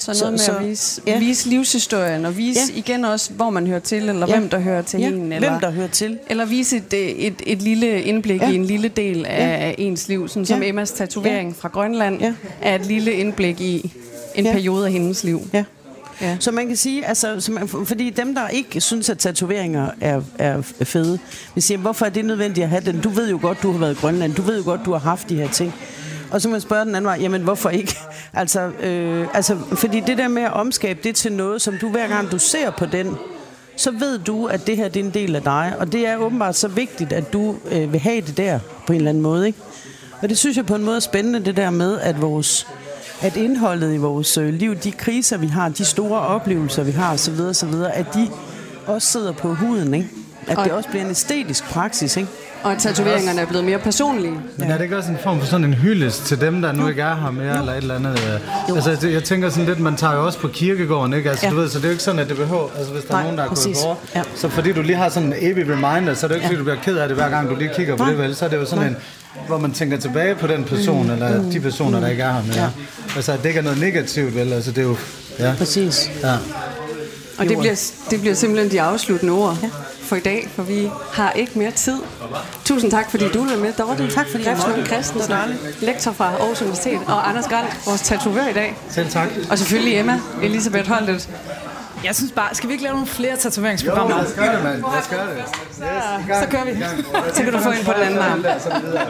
Så noget Så- med så- at vise, ja. vise livshistorien, og vise Ja. igen også, hvor man hører til, eller Ja. hvem der hører til Ja, en. hvem Eller, der hører til. eller vise et, et, et lille indblik Ja. i en lille del af Ja. ens liv. Sådan som Ja. Emmas tatovering fra Grønland Ja. er et lille indblik i en Ja. periode af hendes liv. Ja. Ja. Så man kan sige, altså, så man, fordi dem, der ikke synes, at tatoveringer er, er fede, vi siger, hvorfor er det nødvendigt at have den? Du ved jo godt, du har været i Grønland. Du ved jo godt, du har haft de her ting. Og så må man spørge den anden vej, jamen hvorfor ikke? Altså, øh, altså, fordi det der med at omskabe det til noget, som du hver gang du ser på den, så ved du, at det her det er en del af dig. Og det er åbenbart så vigtigt, at du øh, vil have det der på en eller anden måde. Ikke? Og det synes jeg på en måde er spændende, det der med, at vores at indholdet i vores øh, liv, de kriser, vi har, de store oplevelser, vi har, osv., osv., at de også sidder på huden, ikke? At det også bliver en æstetisk praksis, ikke? Og at tatoveringerne er blevet mere personlige. Men er det ikke også en form for sådan en hyldest til dem, der nu ikke er her mere, eller et eller andet? øh? Altså, det- jeg tænker sådan lidt, man tager jo også på kirkegården, ikke? Altså, Ja. du ved, så det er jo ikke sådan, at det behøver, altså hvis der Nej, er nogen, der er gået præcis. bort, Ja. så fordi du lige har sådan en evig reminder, så er det jo ikke, fordi du bliver ked af det, hver gang du lige kigger på Nej. det, vel? Så er det jo sådan en, hvor man tænker tilbage på den person, eller de personer, der ikke er her mere. Ja. Altså, at det ikke er noget negativt, vel? Altså, det er jo... Ja. Præcis. Ja. Og det bliver, det bliver simpelthen de afsluttende ord ja. for i dag, for vi har ikke mere tid. Tusind tak, fordi du var med, Dorte. Tak, fordi jeg Grefsmand måtte. Christensen, Det var dejligt. lektor fra Aarhus Universitet, og Anders Grant, vores tatovør i dag. Selv tak. Og selvfølgelig Emma, Elisabeth Holtet. Jeg synes bare, skal vi ikke lave nogle flere Jo, tatoveringsprogrammer? lad os gøre det, mand. Lad os gøre det. Yes, i gang. Så kører vi. I gang. Så kan du få en på den anden arm. Så videre.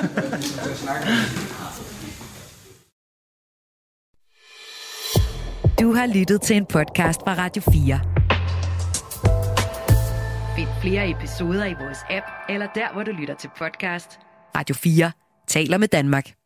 Du har lyttet til en podcast fra Radio fire. Find flere episoder i vores app, eller der, hvor du lytter til podcast. Radio fire taler med Danmark.